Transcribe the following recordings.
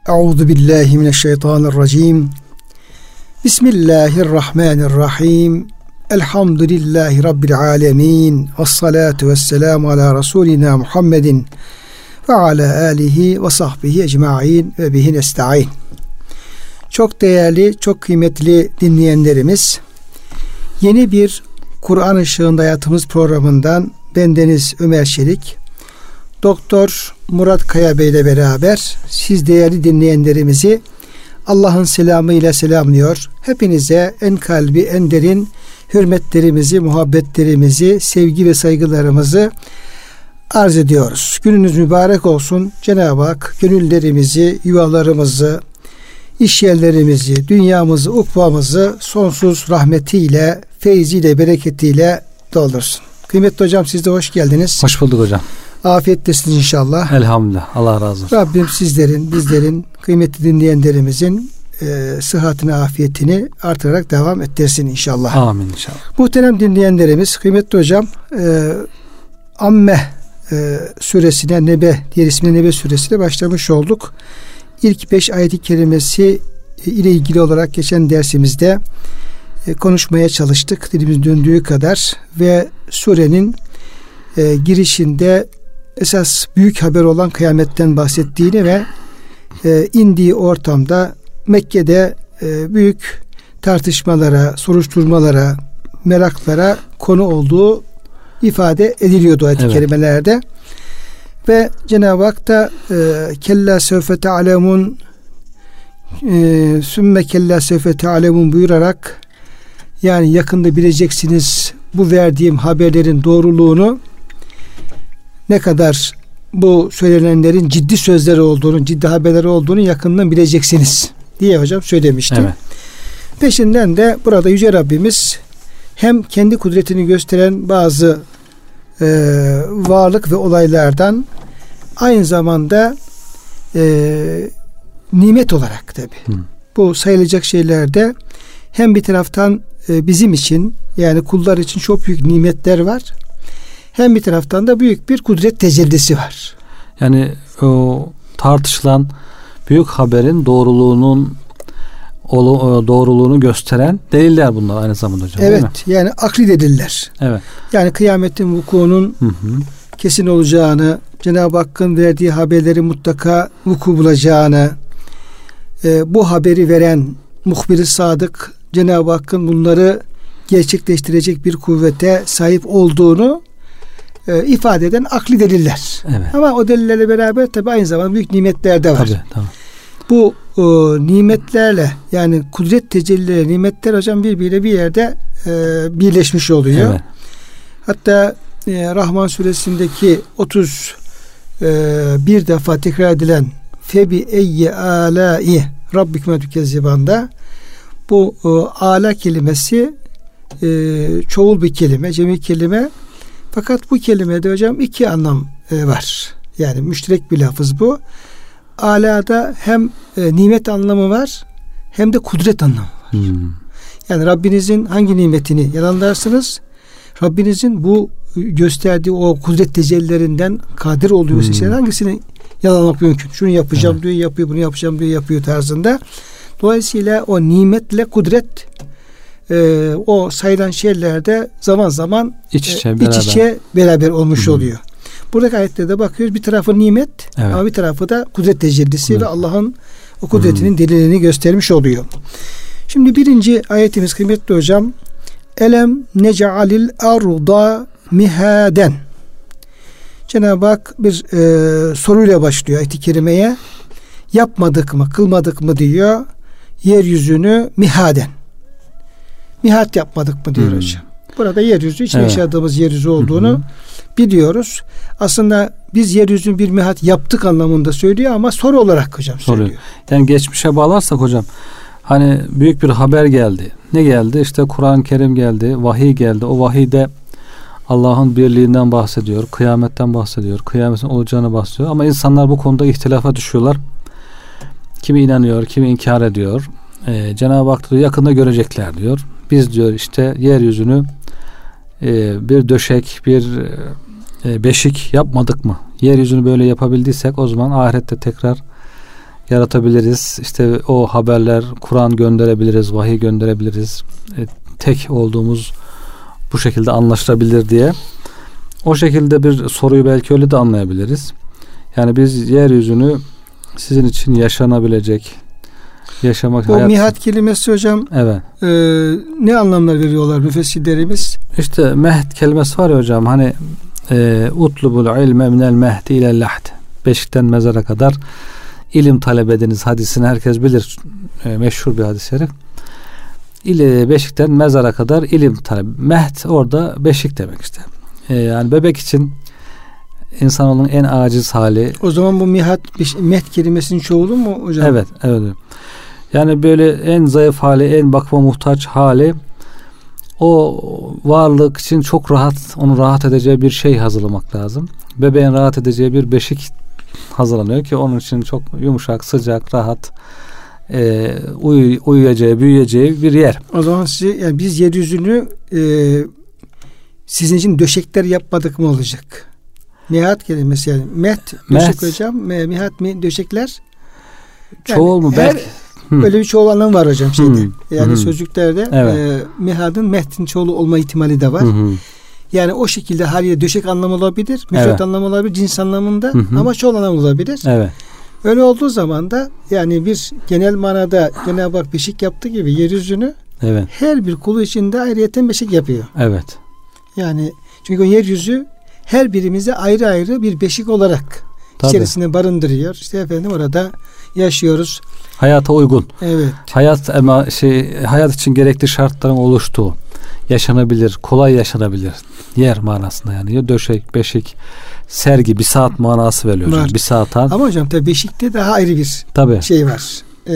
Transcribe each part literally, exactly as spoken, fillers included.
Euzu billahi mineşşeytanirracim. Bismillahirrahmanirrahim. Elhamdülillahi rabbil alamin. Ves salatu vesselamu ala Resulina Muhammedin ve ala alihi ve sahbihi ecmaîn ve bihi nestaîn. Çok değerli, çok kıymetli dinleyenlerimiz, yeni bir Kur'an Işığında Hayatımız programından bendeniz Ömer Çelik, Doktor Murat Kaya Bey ile beraber siz değerli dinleyenlerimizi Allah'ın selamı ile selamlıyor. Hepinize en kalbi, en derin hürmetlerimizi, muhabbetlerimizi, sevgi ve saygılarımızı arz ediyoruz. Gününüz mübarek olsun. Cenab-ı Hak gönüllerimizi, yuvalarımızı, iş yerlerimizi, dünyamızı, ukbamızı sonsuz rahmetiyle, feyziyle, bereketiyle doldursun. Kıymetli hocam, siz de hoş geldiniz. Hoş bulduk hocam. Afiyettesiniz inşallah. Elhamdülillah. Allah razı olsun. Rabbim sizlerin, bizlerin, kıymetli dinleyenlerimizin e, sıhhatini, afiyetini artırarak devam ettirsin inşallah. Amin inşallah. Muhterem dinleyenlerimiz, kıymetli hocam, e, Amme e, suresine, Nebe, diğer ismine Nebe suresine başlamış olduk. İlk beş ayet-i kerimesi ile ilgili olarak geçen dersimizde e, konuşmaya çalıştık. Dilimiz döndüğü kadar ve surenin e, girişinde esas büyük haber olan kıyametten bahsettiğini ve e, indiği ortamda Mekke'de e, büyük tartışmalara, soruşturmalara, meraklara konu olduğu ifade ediliyordu ayet-i evet. kerimelerde. Ve Cenab-ı Hak da e, kella sevfe te'alemun e, sümme kella sevfe te'alemun buyurarak, yani yakında bileceksiniz bu verdiğim haberlerin doğruluğunu, ne kadar bu söylenenlerin ciddi sözleri olduğunu, ciddi haberleri olduğunu yakından bileceksiniz diye hocam söylemiştim. Evet. Peşinden de burada Yüce Rabbimiz hem kendi kudretini gösteren bazı e, varlık ve olaylardan, aynı zamanda e, nimet olarak tabi hmm. bu sayılacak şeylerde hem bir taraftan e, bizim için, yani kullar için çok büyük nimetler var, hem bir taraftan da büyük bir kudret tecellisi var. Yani o tartışılan büyük haberin doğruluğunun doğruluğunu gösteren deliller bunlar aynı zamanda hocam. Evet, yani akli deliller. Evet. Yani kıyametin vukuunun hı hı. kesin olacağını, Cenab-ı Hakk'ın verdiği haberleri mutlaka vuku bulacağını, e, bu haberi veren muhbir-i sadık Cenab-ı Hakk'ın bunları gerçekleştirecek bir kuvvete sahip olduğunu e, ifade eden akli deliller. Evet. Ama o delillerle beraber tabi aynı zamanda büyük nimetler de var. Tabii, tabii. Bu e, nimetlerle, yani kudret tecellileri, nimetler hocam birbiriyle bir yerde e, birleşmiş oluyor. Evet. Hatta e, Rahman suresindeki otuz bir defa tekrar edilen febi eyye alâi rabbiküme tükezzibanda, bu e, ala kelimesi e, çoğul bir kelime, cemi kelime. Fakat bu kelimede hocam iki anlam e, var. Yani müşterek bir lafız bu. Alada hem e, nimet anlamı var, hem de kudret anlamı var. Hmm. Yani Rabbinizin hangi nimetini yalanlarsınız, Rabbinizin bu gösterdiği o kudret tecellilerinden kadir oluyorsa, hmm. işte hangisini yalanlamak mümkün? Şunu yapacağım evet. diyor, yapıyor, bunu yapacağım diyor, yapıyor tarzında. Dolayısıyla o nimetle kudret e, o sayılan şeylerde zaman zaman iç içe, e, beraber. iç içe beraber olmuş hmm. oluyor. Buradaki ayetlerde bakıyoruz, bir tarafı nimet evet. ama bir tarafı da kudret tecellisi evet. ve Allah'ın o kudretinin hmm. delilini göstermiş oluyor. Şimdi birinci ayetimiz kıymetli hocam, elem nec'alil arda mihaden. Cenab-ı Hak bir e, soruyla başlıyor ayet-i kerimeye. Yapmadık mı, kılmadık mı diyor. Yeryüzünü mihaden. Mihat yapmadık mı diyor hmm. hocam. Burada yeryüzü, içinde evet. yaşadığımız yeryüzü olduğunu hmm. biliyoruz. Aslında biz yeryüzünü bir mihat yaptık anlamında söylüyor ama soru olarak hocam söylüyor. Soruyor. Yani geçmişe bağlarsak hocam, hani büyük bir haber geldi. Ne geldi? İşte Kur'an-ı Kerim geldi, vahiy geldi. O vahiyde Allah'ın birliğinden bahsediyor, kıyametten bahsediyor, kıyametin olacağını bahsediyor. Ama insanlar bu konuda ihtilafa düşüyorlar. Kimi inanıyor, kimi inkar ediyor. Ee, Cenab-ı Hak diyor, yakında görecekler diyor. Biz diyor işte yeryüzünü e, bir döşek, bir e, beşik yapmadık mı? Yeryüzünü böyle yapabildiysek o zaman ahirette tekrar yaratabiliriz. İşte o haberler, Kur'an gönderebiliriz, vahiy gönderebiliriz. E, tek olduğumuz bu şekilde anlaşılabilir diye. O şekilde bir soruyu belki öyle de anlayabiliriz. Yani biz yeryüzünü sizin için yaşanabilecek, yaşamak, o hayat... mihat kelimesi hocam, evet. E, ne anlamlar veriyorlar müfessirlerimiz? İşte mehd kelimesi var ya hocam, hani e, utlubul ilme minel mehdi ile lahd, beşikten mezara kadar ilim talep ediniz hadisini herkes bilir, e, meşhur bir hadis-i şerif. İle, beşikten mezara kadar ilim talep. Mehd orada beşik demek işte. E, yani bebek için insanoğlunun en aciz hali. O zaman bu mihat, mehd kelimesinin çoğulu mu hocam? Evet, evet. Yani böyle en zayıf hali, en bakıma muhtaç hali, o varlık için çok rahat, onu rahat edeceği bir şey hazırlamak lazım. Bebeğin rahat edeceği bir beşik hazırlanıyor ki onun için çok yumuşak, sıcak, rahat, e, uy, uyuyacağı, büyüyeceği bir yer. O zaman size, yani biz yeryüzünü e, sizin için döşekler yapmadık mı olacak? Mihat kelimesi yani. Mehd, döşek hocam. Mihat mi, döşekler? Yani çoğul mu? Her, belki. Böyle bir çoğul anlamı var hocam şeyde. Hmm. Yani hmm. sözlüklerde evet. e, mihadın mehdin çoğulu olma ihtimali de var. Hmm. Yani o şekilde haliyle döşek anlamı olabilir, müfret evet. anlamı olabilir, cins anlamında Hmm. ama çoğul anlamı olabilir. Evet. Öyle olduğu zaman da yani bir genel manada Cenab-ı Hak beşik yaptığı gibi yeryüzünü evet. her bir kulu içinde ayrıyeten beşik yapıyor. Evet. Yani çünkü o yeryüzü her birimize ayrı ayrı bir beşik olarak Tabii. içerisinde barındırıyor. İşte efendim orada yaşıyoruz. Hayata uygun. Evet. Hayat ama şey hayat için gerekli şartların oluştuğu, yaşanabilir, kolay yaşanabilir yer manasında yani. Döşek, beşik, sergi, bir saat manası veriyor hocam. Bir saat an. Ama hocam tabii beşikte daha ayrı bir tabii. şey var. Ee,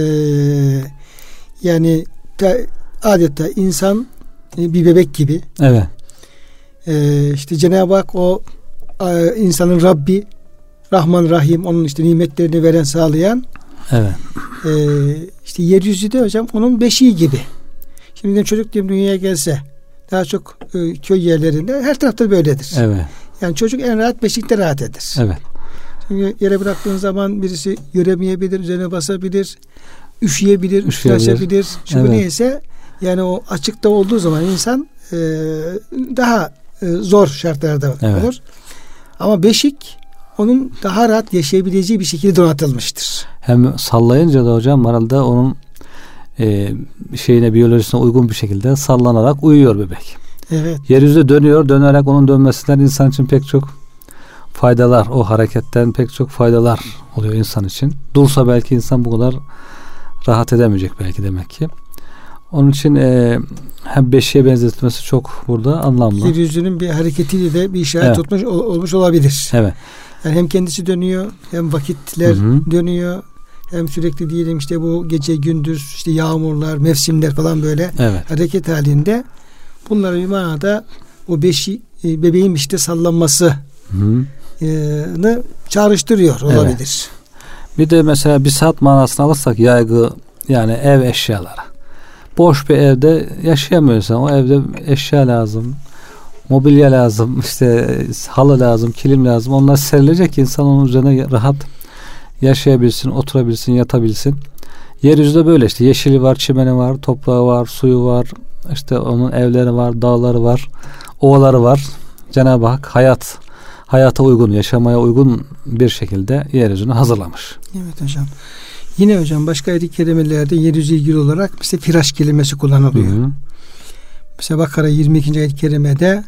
yani ta, adeta insan bir bebek gibi. Evet. Ee, işte Cenab-ı Hak o e, insanın Rabbi, Rahman Rahim, onun işte nimetlerini veren, sağlayan. Evet. Ee, işte yeryüzü de hocam onun beşiği gibi. Şimdi çocuk diyelim dünyaya gelse, daha çok e, köy yerlerinde her tarafta böyledir. Evet. Yani çocuk en rahat beşikte rahat eder. Evet. Çünkü yere bıraktığın zaman birisi göremeyebilir, üzerine basabilir, üşüyebilir, üşüyebilir. Çünkü evet. neyse yani o açıkta olduğu zaman insan e, daha e, zor şartlarda evet. olur. Ama beşik onun daha rahat yaşayabileceği bir şekilde donatılmıştır. Hem sallayınca da hocam herhalde onun e, şeyine, biyolojisine uygun bir şekilde sallanarak uyuyor bebek. Evet. Yeryüzü dönüyor, dönerek onun dönmesinden insan için pek çok faydalar, o hareketten pek çok faydalar oluyor insan için. Dursa belki insan bu kadar rahat edemeyecek belki demek ki. Onun için e, hem beşiğe benzetilmesi çok burada anlamlı. Yeryüzünün bir hareketiyle de bir işaret evet. tutmuş ol, olmuş olabilir. Evet. Yani hem kendisi dönüyor, hem vakitler hı hı. dönüyor, hem sürekli diyelim işte bu gece gündüz işte yağmurlar, mevsimler falan böyle evet. hareket halinde. Bunları bir manada o beşi e, bebeğin işte sallanması e, çağrıştırıyor olabilir. Evet. Bir de mesela bir saat manasını alırsak yaygı, yani ev eşyaları. Boş bir evde yaşayamıyorsan o evde eşya lazım, mobilya lazım, işte halı lazım, kilim lazım. Onlar serilecek ki insan onun üzerine rahat yaşayabilsin, oturabilsin, yatabilsin. Yeryüzünde böyle işte yeşili var, çimeni var, toprağı var, suyu var, işte onun evleri var, dağları var, ovaları var. Cenab-ı Hak hayat hayata uygun, yaşamaya uygun bir şekilde yeryüzünü hazırlamış. Evet hocam. Yine hocam başka ayet-i kerimelerde yeryüzü ilgili olarak mesela firaş kelimesi kullanılıyor. Hı hı. Mesela Bakara yirmi ikinci ayet-i kerimede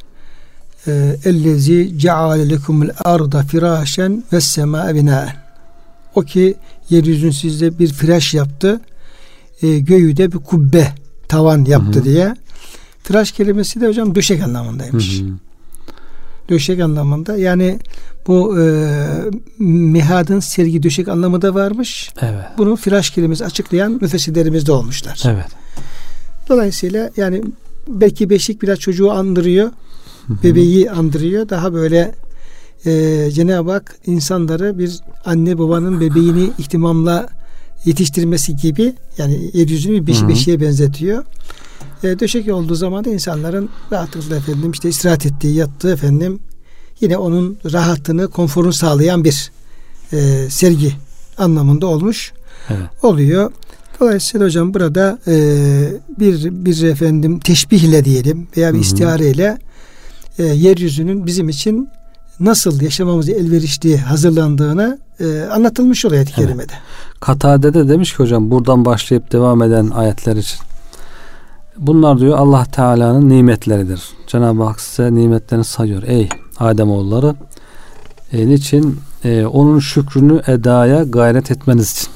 ellezî ceale lekumul arda firâşen vessemâe binâen. O ki yeryüzünü sizde bir firaş yaptı, e, göğü de bir kubbe, tavan yaptı hı hı. diye. Firaş kelimesi de hocam döşek anlamındaymış. Hı hı. Döşek anlamında. Yani bu e, mihadın sergi döşek anlamı da varmış. Evet. Bunu firaş kelimesi açıklayan müfessirlerimiz de olmuşlar. Evet. Dolayısıyla yani belki beşik biraz çocuğu andırıyor. Hı hı. Bebeği andırıyor. Daha böyle e, Cenab-ı Hak insanları bir anne babanın bebeğini ihtimamla yetiştirmesi gibi, yani yeryüzünü bir beşi beşiğe benzetiyor. E, döşek olduğu zaman da insanların rahatlıkla efendim işte istirahat ettiği, yattığı efendim yine onun rahatını, konforunu sağlayan bir e, sergi anlamında olmuş. Evet. Oluyor. Dolayısıyla hocam burada e, bir bir efendim teşbihle diyelim veya bir istiareyle e, yeryüzünün bizim için nasıl yaşamamızı elverişli hazırlandığını e, anlatılmış oluyor ayet-i kerimede. Evet. Katade de demiş ki hocam buradan başlayıp devam eden ayetler için. Bunlar diyor Allah Teala'nın nimetleridir. Cenab-ı Hak size nimetlerini sayıyor. Ey Ademoğulları, e, niçin? E, onun şükrünü edaya gayret etmeniz için.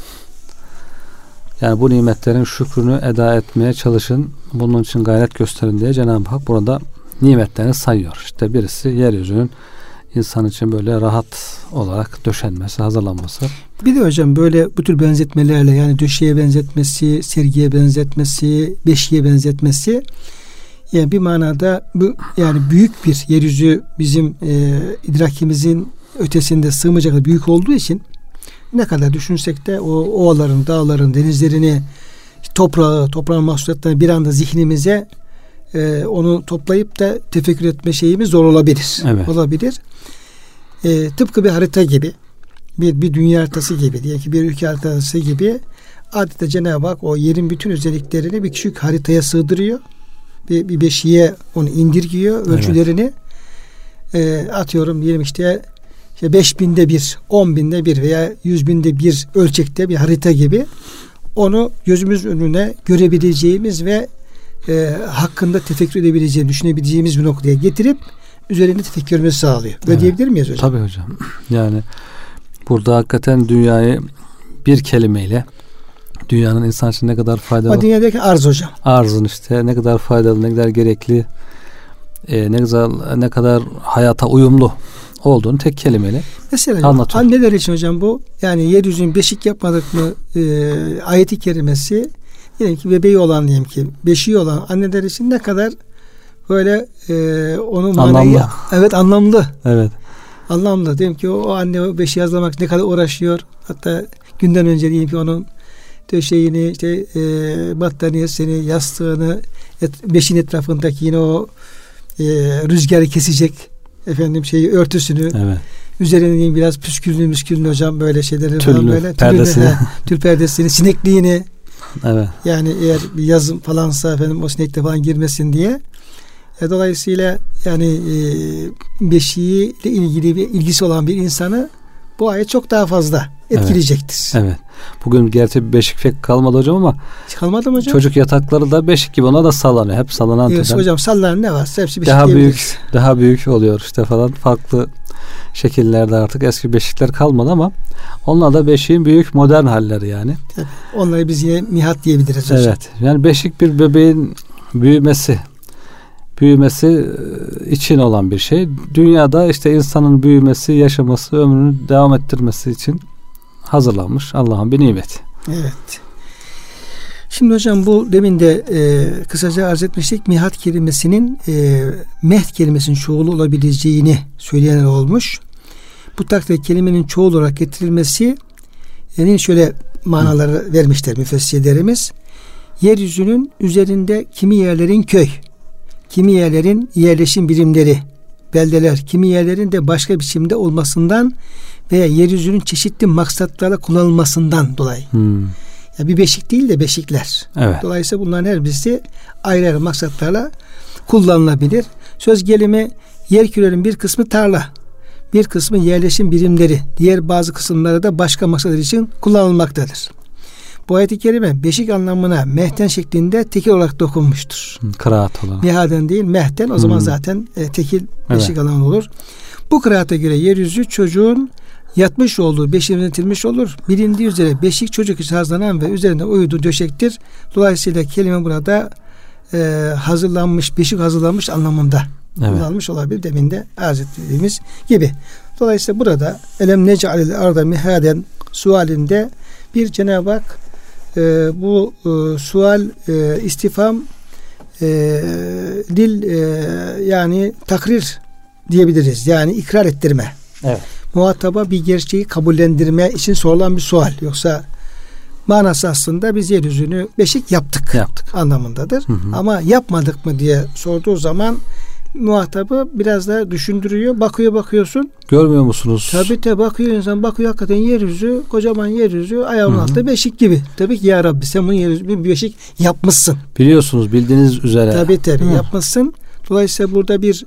Yani bu nimetlerin şükrünü eda etmeye çalışın. Bunun için gayret gösterin diye Cenab-ı Hak burada nimetlerini sayıyor. İşte birisi yeryüzünün insan için böyle rahat olarak döşenmesi, hazırlanması. Bir de hocam böyle bu tür benzetmelerle, yani döşeye benzetmesi, sergiye benzetmesi, beşiğe benzetmesi, yani bir manada bu, yani büyük bir yeryüzü bizim e, idrakimizin ötesinde sığmayacak büyük olduğu için ne kadar düşünsek de o ovaların, dağların, denizlerini, toprağı, toprağın mahsulatlarını bir anda zihnimize e, onu toplayıp da tefekkür etme şeyimiz zor olabilir. Evet. Olabilir. E, tıpkı bir harita gibi, bir, bir dünya haritası gibi, diye ki bir ülke haritası gibi adeta Cenab-ı Hak o yerin bütün özelliklerini bir küçük haritaya sığdırıyor. Bir, bir beşiğe onu indirgiyor, ölçülerini. Evet. E, atıyorum diyelim işte İşte beş binde bir, on binde bir veya yüz binde bir ölçekte bir harita gibi onu gözümüz önüne görebileceğimiz ve e, hakkında tefekkür edebileceğimiz, düşünebileceğimiz bir noktaya getirip üzerinde tefekkürümüzü sağlıyor. Böyle evet. diyebilir miyiz hocam? Tabii hocam. Yani burada hakikaten dünyayı bir kelimeyle, dünyanın insan için ne kadar faydalı. Ama dünyadaki arz hocam. Arzın işte ne kadar faydalı, ne kadar gerekli, e, ne güzel, ne kadar hayata uyumlu olduğunu tek kelimeyle mesela anlatıyor. Anneler için hocam bu, yani yeryüzünün beşik yapmadık mı e, ayeti kerimesi, diyelim ki bebeği olan, diyelim ki beşiği olan anneler için ne kadar böyle e, onu manayı anlamlı. Evet anlamlı. Evet. Anlamlı. Diyelim ki o, o anne o beşiği hazırlamak ne kadar uğraşıyor. Hatta günden önce diyelim ki onun döşeğini, işte e, battaniyesini, yastığını, et, beşiğin etrafındaki yine o e, rüzgarı kesecek efendim şeyi, örtüsünü, evet. üzerine diyeyim biraz püsküllü müsküllü hocam böyle şeyleri tüllü, falan böyle perdesini, tülünü, he, tül perdesini, sinekliğini, evet. yani eğer bir yazın falansa efendim o sinekle falan girmesin diye. E, dolayısıyla yani e, beşiğiyle ilgili bir ilgisi olan bir insanı bu ayet çok daha fazla etkileyecektir. Evet. evet. Bugün gerçi bir beşik pek kalmadı hocam ama kalmadı mı hocam? Çocuk yatakları da beşik gibi, ona da sallanıyor. Hep sallanan evet, hocam sallanan ne varsa hepsi beşik daha büyük, daha büyük oluyor işte falan. Farklı şekillerde artık eski beşikler kalmadı ama onlar da beşiğin büyük modern halleri yani. Tabii. Onları biz yine mihat diyebiliriz hocam. Evet. Yani beşik bir bebeğin büyümesi büyümesi için olan bir şey. Dünyada işte insanın büyümesi, yaşaması, ömrünü devam ettirmesi için hazırlanmış Allah'ın bir nimeti. Evet. Şimdi hocam bu demin de e, kısaca arz etmiştik. Mihat kelimesinin e, mehd kelimesinin çoğulu olabileceğini söyleyenler olmuş. Bu takdirde kelimenin çoğul olarak getirilmesi yani şöyle manaları Hı. vermişler müfessirlerimiz. Yeryüzünün üzerinde kimi yerlerin köy, kimi yerlerin yerleşim birimleri, beldeler, kimi yerlerin de başka biçimde olmasından veya yeryüzünün çeşitli maksatlarla kullanılmasından dolayı. Hmm. Yani bir beşik değil de beşikler. Evet. Dolayısıyla bunların her birisi ayrı ayrı maksatlarla kullanılabilir. Söz gelimi yer kürenin bir kısmı tarla, bir kısmı yerleşim birimleri, diğer bazı kısımları da başka maksatlar için kullanılmaktadır. Bu ayet-i kerime beşik anlamına mehten şeklinde tekil olarak dokunmuştur. Kıraat olarak. Mihaden değil mehten, o zaman hmm. zaten e, tekil beşik evet. anlamı olur. Bu kıraata göre yeryüzü çocuğun yatmış olduğu, beşiğe benzetilmiş olur. Bilindiği üzere beşik çocuk için hazırlanan ve üzerinde uyuduğu döşektir. Dolayısıyla kelime burada e, hazırlanmış, beşik hazırlanmış anlamında evet. kullanılmış olabilir. Demin de arz ettiğimiz gibi. Dolayısıyla burada elem nec'alil arda mihaden sualinde bir Cenab-ı Hak e, bu e, sual e, istifham e, dil e, yani takrir diyebiliriz. Yani ikrar ettirme. Evet. Muhataba bir gerçeği kabullendirme için sorulan bir sual. Yoksa manası aslında biz yeryüzünü beşik yaptık, yaptık. anlamındadır. Hı hı. Ama yapmadık mı diye sorduğu zaman muhatabı biraz daha düşündürüyor. Bakıyor bakıyorsun. Görmüyor musunuz? Tabii tabii bakıyor insan. Bakıyor hakikaten yeryüzü, kocaman yeryüzü ayağımın altında beşik gibi. Tabii ki ya Rabbi sen bunu yeryüzü bir beşik yapmışsın. Biliyorsunuz bildiğiniz üzere. Tabii tabii Hı. yapmışsın. Dolayısıyla burada bir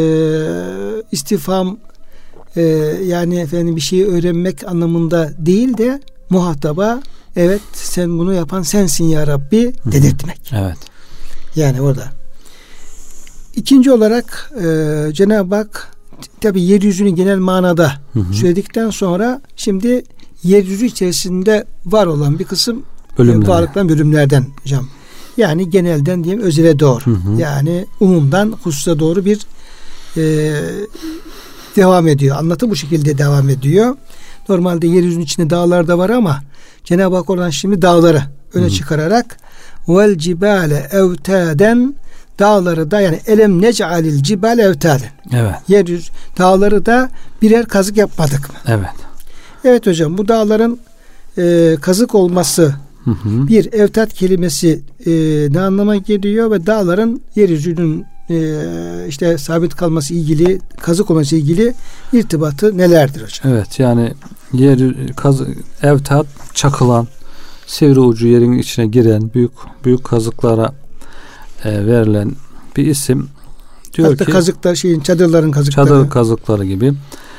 e, istifham e, yani efendim bir şeyi öğrenmek anlamında değil de muhataba evet sen bunu yapan sensin ya Rabbi dedirtmek. Evet. Yani orada. İkinci olarak e, Cenab-ı Hak tabi yeryüzünü genel manada hı hı. söyledikten sonra şimdi yeryüzü içerisinde var olan bir kısım e, varlıktan bölümlerden hocam. Yani genelden diyeyim özele doğru. Hı hı. Yani umumdan hususa doğru bir e, devam ediyor. Anlatı bu şekilde devam ediyor. Normalde yeryüzünün içinde dağlar da var ama Cenab-ı Hak oradan şimdi dağları öne hı hı. çıkararak vel cibale evtaden dağları da yani elem nec'alil cibale evtaden. Evet. Yeryüzü dağları da birer kazık yapmadık mı? Evet. Evet hocam bu dağların e, kazık olması hı hı. bir evtat kelimesi e, ne anlama geliyor ve dağların yeryüzünün e, işte sabit kalması ilgili kazık olması ilgili irtibatı nelerdir hocam? Evet yani yer kazık evtat çakılan sivri ucu yerin içine giren büyük büyük kazıklara e, verilen bir isim. Diyor hatta ki kazıklar şeyin çadırların kazıkları. Çadır kazıkları gibi.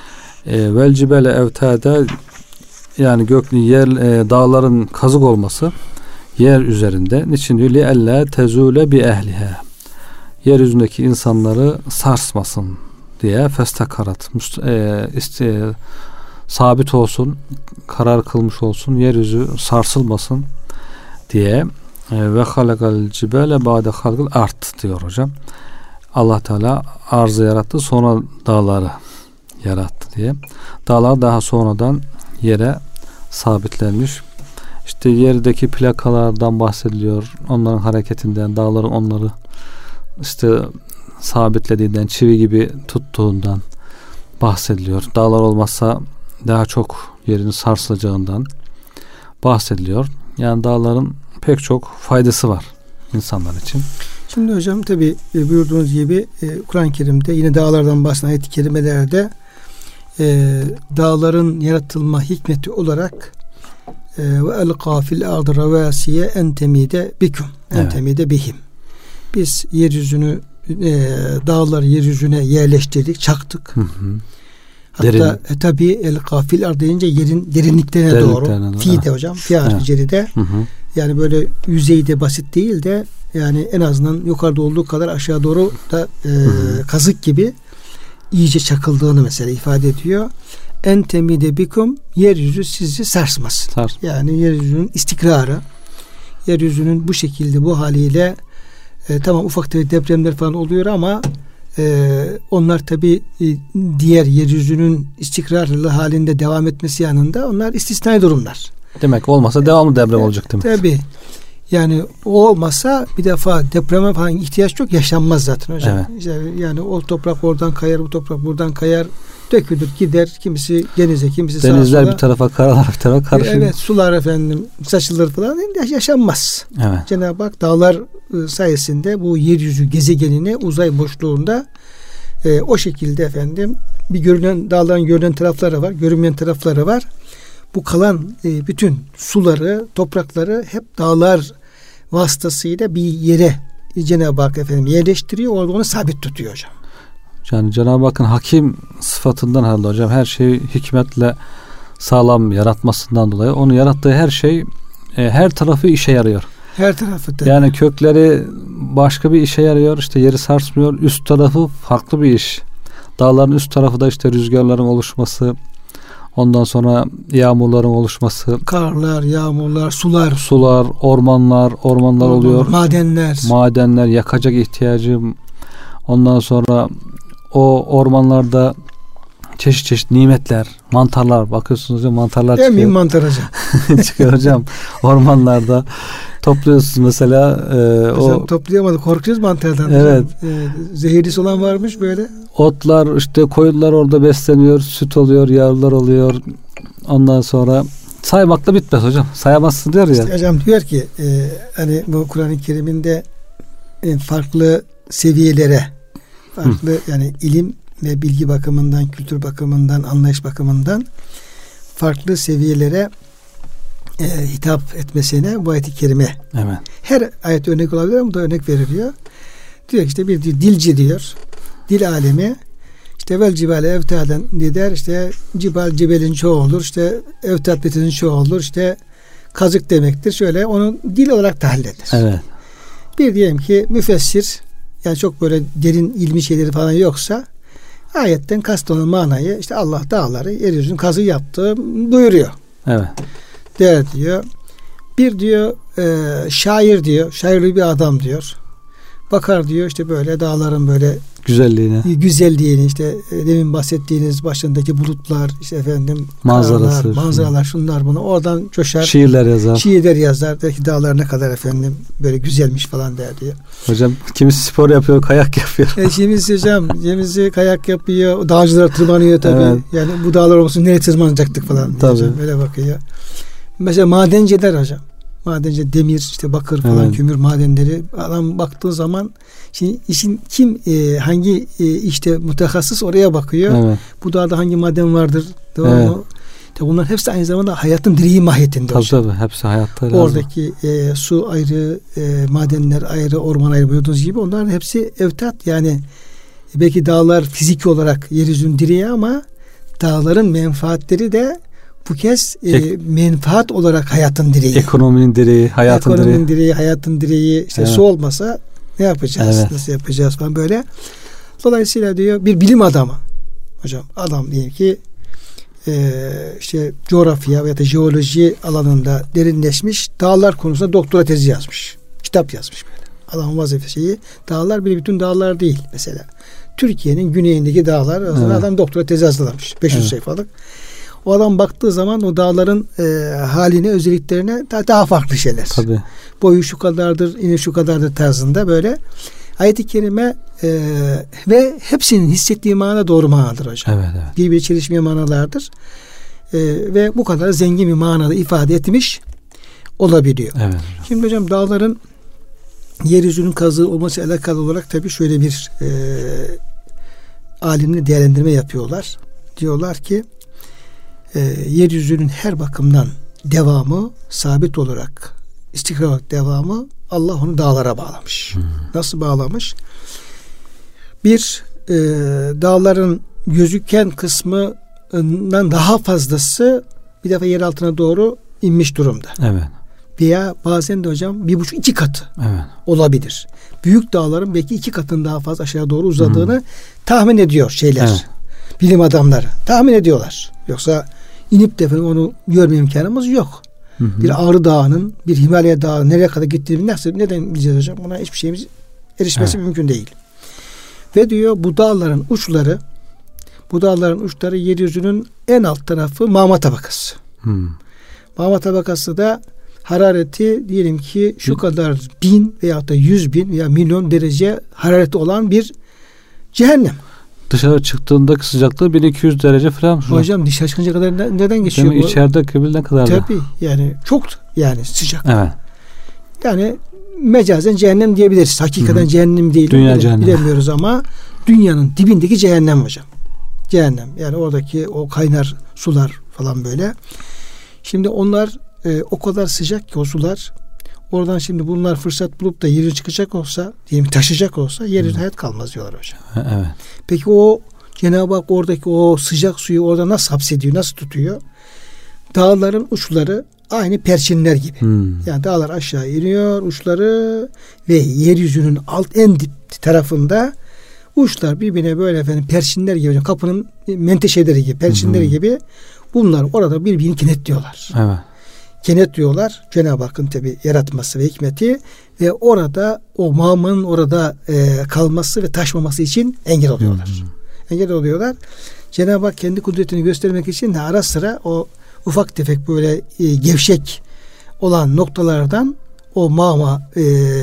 E, vel cibele evtada yani göklü yer e, dağların kazık olması yer üzerinde. Niçin diyor? Li elle tezule bi ehliha. Yeryüzündeki insanları sarsmasın diye festakarat e, iste, sabit olsun, karar kılmış olsun, yeryüzü sarsılmasın diye ve halakal cibale ba'de halkal art diyor hocam. Allah Teala arzı yarattı, sonra dağları yarattı diye. Dağlar daha sonradan yere sabitlenmiş. İşte yerdeki plakalardan bahsediliyor. Onların hareketinden, dağların onları işte sabitlediğinden, çivi gibi tuttuğundan bahsediliyor. Dağlar olmazsa daha çok yerin sarsılacağından bahsediliyor. Yani dağların pek çok faydası var insanlar için. Şimdi hocam tabi e, buyurduğunuz gibi e, Kur'an-ı Kerim'de yine dağlardan bahseden ayet-i kerimelerde e, dağların yaratılma hikmeti olarak ve elqa fil ardı ravasiye entemide bikum entemide bihim. Biz yeryüzünü e, dağları yeryüzüne yerleştirdik, çaktık. Hı hı. Hatta e, tabi elqa fil ardı deyince yerin derinliklerine Derinliklerine doğru. Fi de hocam. Fi hariceri yani böyle yüzeyde basit değil de yani en azından yukarıda olduğu kadar aşağı doğru da e, kazık gibi iyice çakıldığını mesela ifade ediyor. En temide bikum yeryüzü sizi sarsmasın. Sars. Yani yeryüzünün istikrarı, yeryüzünün bu şekilde bu haliyle e, tamam ufak tefek depremler falan oluyor ama e, onlar tabi e, diğer yeryüzünün istikrarlı halinde devam etmesi yanında onlar istisnai durumlar. Demek olmasa devamlı deprem e, olacak demek. Tabi. Yani o olmasa bir defa depreme falan ihtiyaç yok, yaşanmaz zaten hocam. Evet. İşte yani o toprak oradan kayar, bu toprak buradan kayar, dökülür gider, kimisi denize, kimisi sağa denizler sola. Bir tarafa, karalar bir tarafa karışır. Evet, sular efendim saçılır falan, yaşanmaz. Evet. Cenab-ı Hak dağlar sayesinde bu yeryüzü gezegenini uzay boşluğunda e, o şekilde efendim bir görünen dağların görünen tarafları var, görünmeyen tarafları var. Bu kalan e, bütün suları, toprakları hep dağlar vasıtasıyla bir yere Cenab-ı Hak efendim yerleştiriyor. Orada onu sabit tutuyor hocam. Yani Cenab-ı Hakk'ın hakim sıfatından herhalde hocam, her şeyi hikmetle sağlam yaratmasından dolayı onu yarattığı her şey e, her tarafı işe yarıyor. Her tarafı da. Yani kökleri başka bir işe yarıyor. İşte yeri sarsmıyor. Üst tarafı farklı bir iş. Dağların üst tarafı da işte rüzgarların oluşması, ondan sonra yağmurların oluşması, karlar, yağmurlar, sular, sular, ormanlar, ormanlar oluyor. Madenler. Madenler, yakacak ihtiyacım. Ondan sonra o ormanlarda çeşit çeşit nimetler, mantarlar, bakıyorsunuz hocam, mantarlar çıkıyor. Emin mantar hocam. Çıkıyor hocam. Ormanlarda topluyorsunuz mesela. E, o toplayamadık. Korkuyoruz mantardan. Evet. E, zehirlisi olan varmış böyle. Otlar, işte koyunlar orada besleniyor, süt oluyor, yavrular oluyor. Ondan sonra saymakla bitmez hocam. Sayamazsın diyor ya. İşte hocam diyor ki e, hani bu Kur'an-ı Kerim'inde e, farklı seviyelere, Farklı Hı. yani ilim ve bilgi bakımından, kültür bakımından, anlayış bakımından farklı seviyelere e, hitap etmesine bu ayet-i kerime. Evet. Her ayet örnek olabilir ama bu da örnek veriliyor. Diyor ki işte bir diyor, dilci diyor. Dil alemi işte vel cibale evtaden diye der. İşte cibal cibelin çoğu olur. İşte evtat betenin çoğu olur. İşte kazık demektir. Şöyle onu dil olarak tahlil eder. Evet. Bir diyelim ki müfessir, yani çok böyle derin ilmi şeyleri falan yoksa ayetten kastolanan manayı işte Allah dağları yeryüzünün kazı yaptı duyuruyor. Evet. Der diyor. Bir diyor e, şair diyor. Şairli bir adam diyor. Bakar diyor işte böyle dağların böyle güzelliğine. Güzelliğini işte e, demin bahsettiğiniz başındaki bulutlar işte efendim manzarası, karalar, manzaralar şunlar bunu oradan coşar. Şiirler yazar. Şiirler yazar. Der ki dağlar ne kadar efendim böyle güzelmiş falan der diyor. Hocam kimisi spor yapıyor, kayak yapıyor. E, kimisi hocam, kimisi kayak yapıyor. Dağcılar tırmanıyor tabii. Evet. Yani bu dağlar olmasın nereye tırmanacaktık falan. Tabii. Hocam, böyle bakıyor. Mesela madenciler hocam. Madenci demir, işte bakır falan, evet. kömür madenleri. Adam baktığı zaman şimdi işin kim e, hangi e, işte mutakassis oraya bakıyor. Evet. Bu dağda hangi maden vardır? Doğru evet. mu? Tabii bunlar hepsi aynı zamanda hayatın direği mahiyetinde. Tabii hocam. Tabii hepsi hayatta lazım. Oradaki e, su ayrı, e, madenler ayrı, orman ayrı buyurduğunuz gibi onların hepsi evtat. Yani belki dağlar fiziki olarak yeryüzünün direği ama dağların menfaatleri de bu kez e, menfaat olarak hayatın direği. Ekonominin direği, hayatın Ekonominin direği. direği, hayatın direği. İşte evet. su olmasa ne yapacağız? Evet. Nasıl yapacağız falan böyle. Dolayısıyla diyor bir bilim adamı. Hocam adam diyelim ki e, işte coğrafya veya da jeoloji alanında derinleşmiş. Dağlar konusunda doktora tezi yazmış. Kitap yazmış böyle. Adamın vazife şeyi. Dağlar bir bütün dağlar değil mesela. Türkiye'nin güneyindeki dağlar. O zaman evet. adam doktora tezi hazırlamış. beş yüz evet. sayfalık. O adam baktığı zaman o dağların e, haline, özelliklerine daha, daha farklı şeyler. Tabii. Boyu şu kadardır, eni şu kadardır tarzında böyle. Ayet-i kerime e, ve hepsinin hissettiği mana doğru manadır hocam. Evet, evet. Birbiri çelişmeyen manalardır. E, ve bu kadar zengin bir manada ifade etmiş olabiliyor. Evet. Şimdi hocam dağların yeryüzünün kazığı olması alakalı olarak tabii şöyle bir e, alimle değerlendirme yapıyorlar. Diyorlar ki E, yeryüzünün her bakımdan devamı sabit olarak istikrar olarak devamı Allah onu dağlara bağlamış. Hmm. Nasıl bağlamış? Bir e, dağların gözüken kısmından daha fazlası bir defa yer altına doğru inmiş durumda. Evet. Veya bazen de hocam bir buçuk iki katı evet. olabilir. Büyük dağların belki iki katın daha fazla aşağı doğru uzadığını hmm. tahmin ediyor şeyler. Evet. Bilim adamları tahmin ediyorlar. Yoksa inip de onu görme imkanımız yok. Hı hı. Bir Ağrı Dağı'nın, bir Himalaya Dağı nereye kadar gittiğini nasıl, neden bileceğiz hocam? Buna hiçbir şeyimiz erişmesi evet. mümkün değil. Ve diyor bu dağların uçları, bu dağların uçları yeryüzünün en alt tarafı mağma tabakası. Hı. Mağma tabakası da harareti diyelim ki şu hı. kadar bin veyahut da yüz bin veya milyon derece harareti olan bir cehennem. Dışarı çıktığındaki sıcaklığı bin iki yüz derece falan. Hocam dışarı çıkınca kadar ne, neden geçiyor bu? İçerideki ne kadar? Tabii yani çok yani sıcak. Evet. Yani mecazen cehennem diyebiliriz. Hakikaten Hı-hı. cehennem değil. Dünya cehennem. Bilemiyoruz ama dünyanın dibindeki cehennem hocam. Cehennem. Yani oradaki o kaynar sular falan böyle. Şimdi onlar e, o kadar sıcak ki o sular. Oradan şimdi bunlar fırsat bulup da yeri çıkacak olsa, diyelim taşıyacak olsa yeryüzünde hayat kalmaz diyorlar hocam. Evet. Peki o Cenab-ı Hak oradaki o sıcak suyu orada nasıl hapsediyor, nasıl tutuyor? Dağların uçları aynı perçinler gibi. Hmm. Yani dağlar aşağı iniyor, uçları ve yeryüzünün alt en dip tarafında uçlar birbirine böyle efendim perçinler gibi, kapının menteşeleri gibi, perçinleri hmm. gibi bunlar orada birbirini kenetliyorlar. Evet. Kenetliyorlar. Cenab-ı Hakk'ın tabi yaratması ve hikmeti ve orada o mağmanın orada e, kalması ve taşmaması için engel oluyorlar. Hmm. Engel oluyorlar. Cenab-ı Hak kendi kudretini göstermek için de ara sıra o ufak tefek böyle e, gevşek olan noktalardan o mağma e,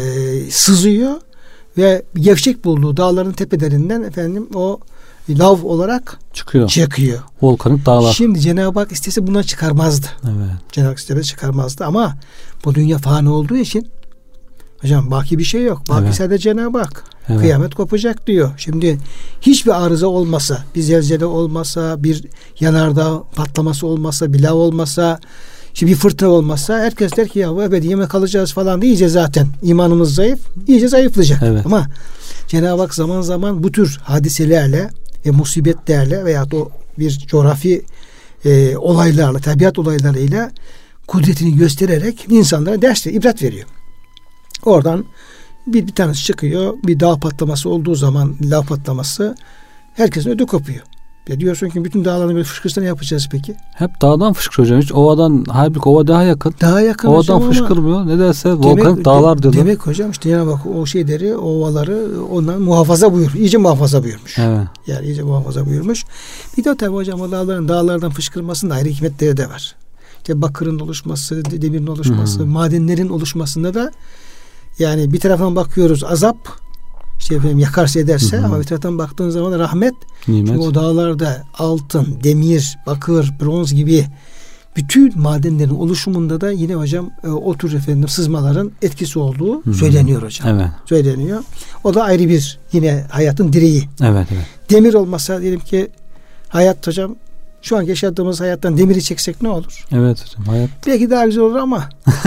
sızıyor ve gevşek bulduğu dağların tepelerinden efendim o lav olarak çıkıyor. çıkıyor. Volkanik dağlar. Şimdi Cenab-ı Hak istese bunları çıkarmazdı. Evet. Cenab-ı Hak istese çıkarmazdı ama bu dünya fani olduğu için Hocam baki bir şey yok. Baki evet. sadece Cenab-ı Hak. Evet. Kıyamet kopacak diyor. Şimdi hiçbir arıza olmasa, bir zelzele olmasa, bir yanardağ patlaması olmasa, bir lav olmasa, şimdi bir fırtına olmasa, herkes der ki ya bu ebediyeme kalacağız falan diye iyice zaten imanımız zayıf, iyice zayıflayacak. Evet. Ama Cenab-ı Hak zaman zaman bu tür hadiselerle ve musibetlerle veya o bir coğrafi e, olaylarla, tabiat olaylarıyla kudretini göstererek insanlara ders ve ibret veriyor. Oradan bir, bir tanesi çıkıyor. Bir dağ patlaması olduğu zaman, lav patlaması, herkesin ödü kopuyor. Ya diyorsun ki bütün dağların böyle fışkırsa ne yapacağız peki? Hep dağdan fışkırıyor hocam. Hiç ovadan, halbuki ova daha yakın. Daha yakın. Ovadan fışkırmıyor. Ne derse volkanik dağlar diyorlar. Demek hocam işte Cenab-ı Hak o şeyleri, ovaları ondan muhafaza buyur. İyice muhafaza buyurmuş. Evet. Yani iyice muhafaza buyurmuş. Bir de tabii hocam o dağların, dağlardan fışkırmasında ayrı hikmetleri de var. İşte bakırın oluşması, demirin oluşması, hmm. madenlerin oluşmasında da yani bir taraftan bakıyoruz azap, işte efendim yakarsa ederse, hı hı. ama bir taraftan baktığın zaman rahmet. Nimet. Çünkü o dağlarda altın, demir, bakır, bronz gibi bütün madenlerin oluşumunda da yine hocam e, o tür efendim sızmaların etkisi olduğu hı hı. söyleniyor hocam. Evet. Söyleniyor. O da ayrı bir yine hayatın direği. Evet, evet. Demir olmasa diyelim ki hayat hocam, şu an yaşadığımız hayattan demiri çeksek ne olur? Evet hocam, hayat. Belki daha güzel olur ama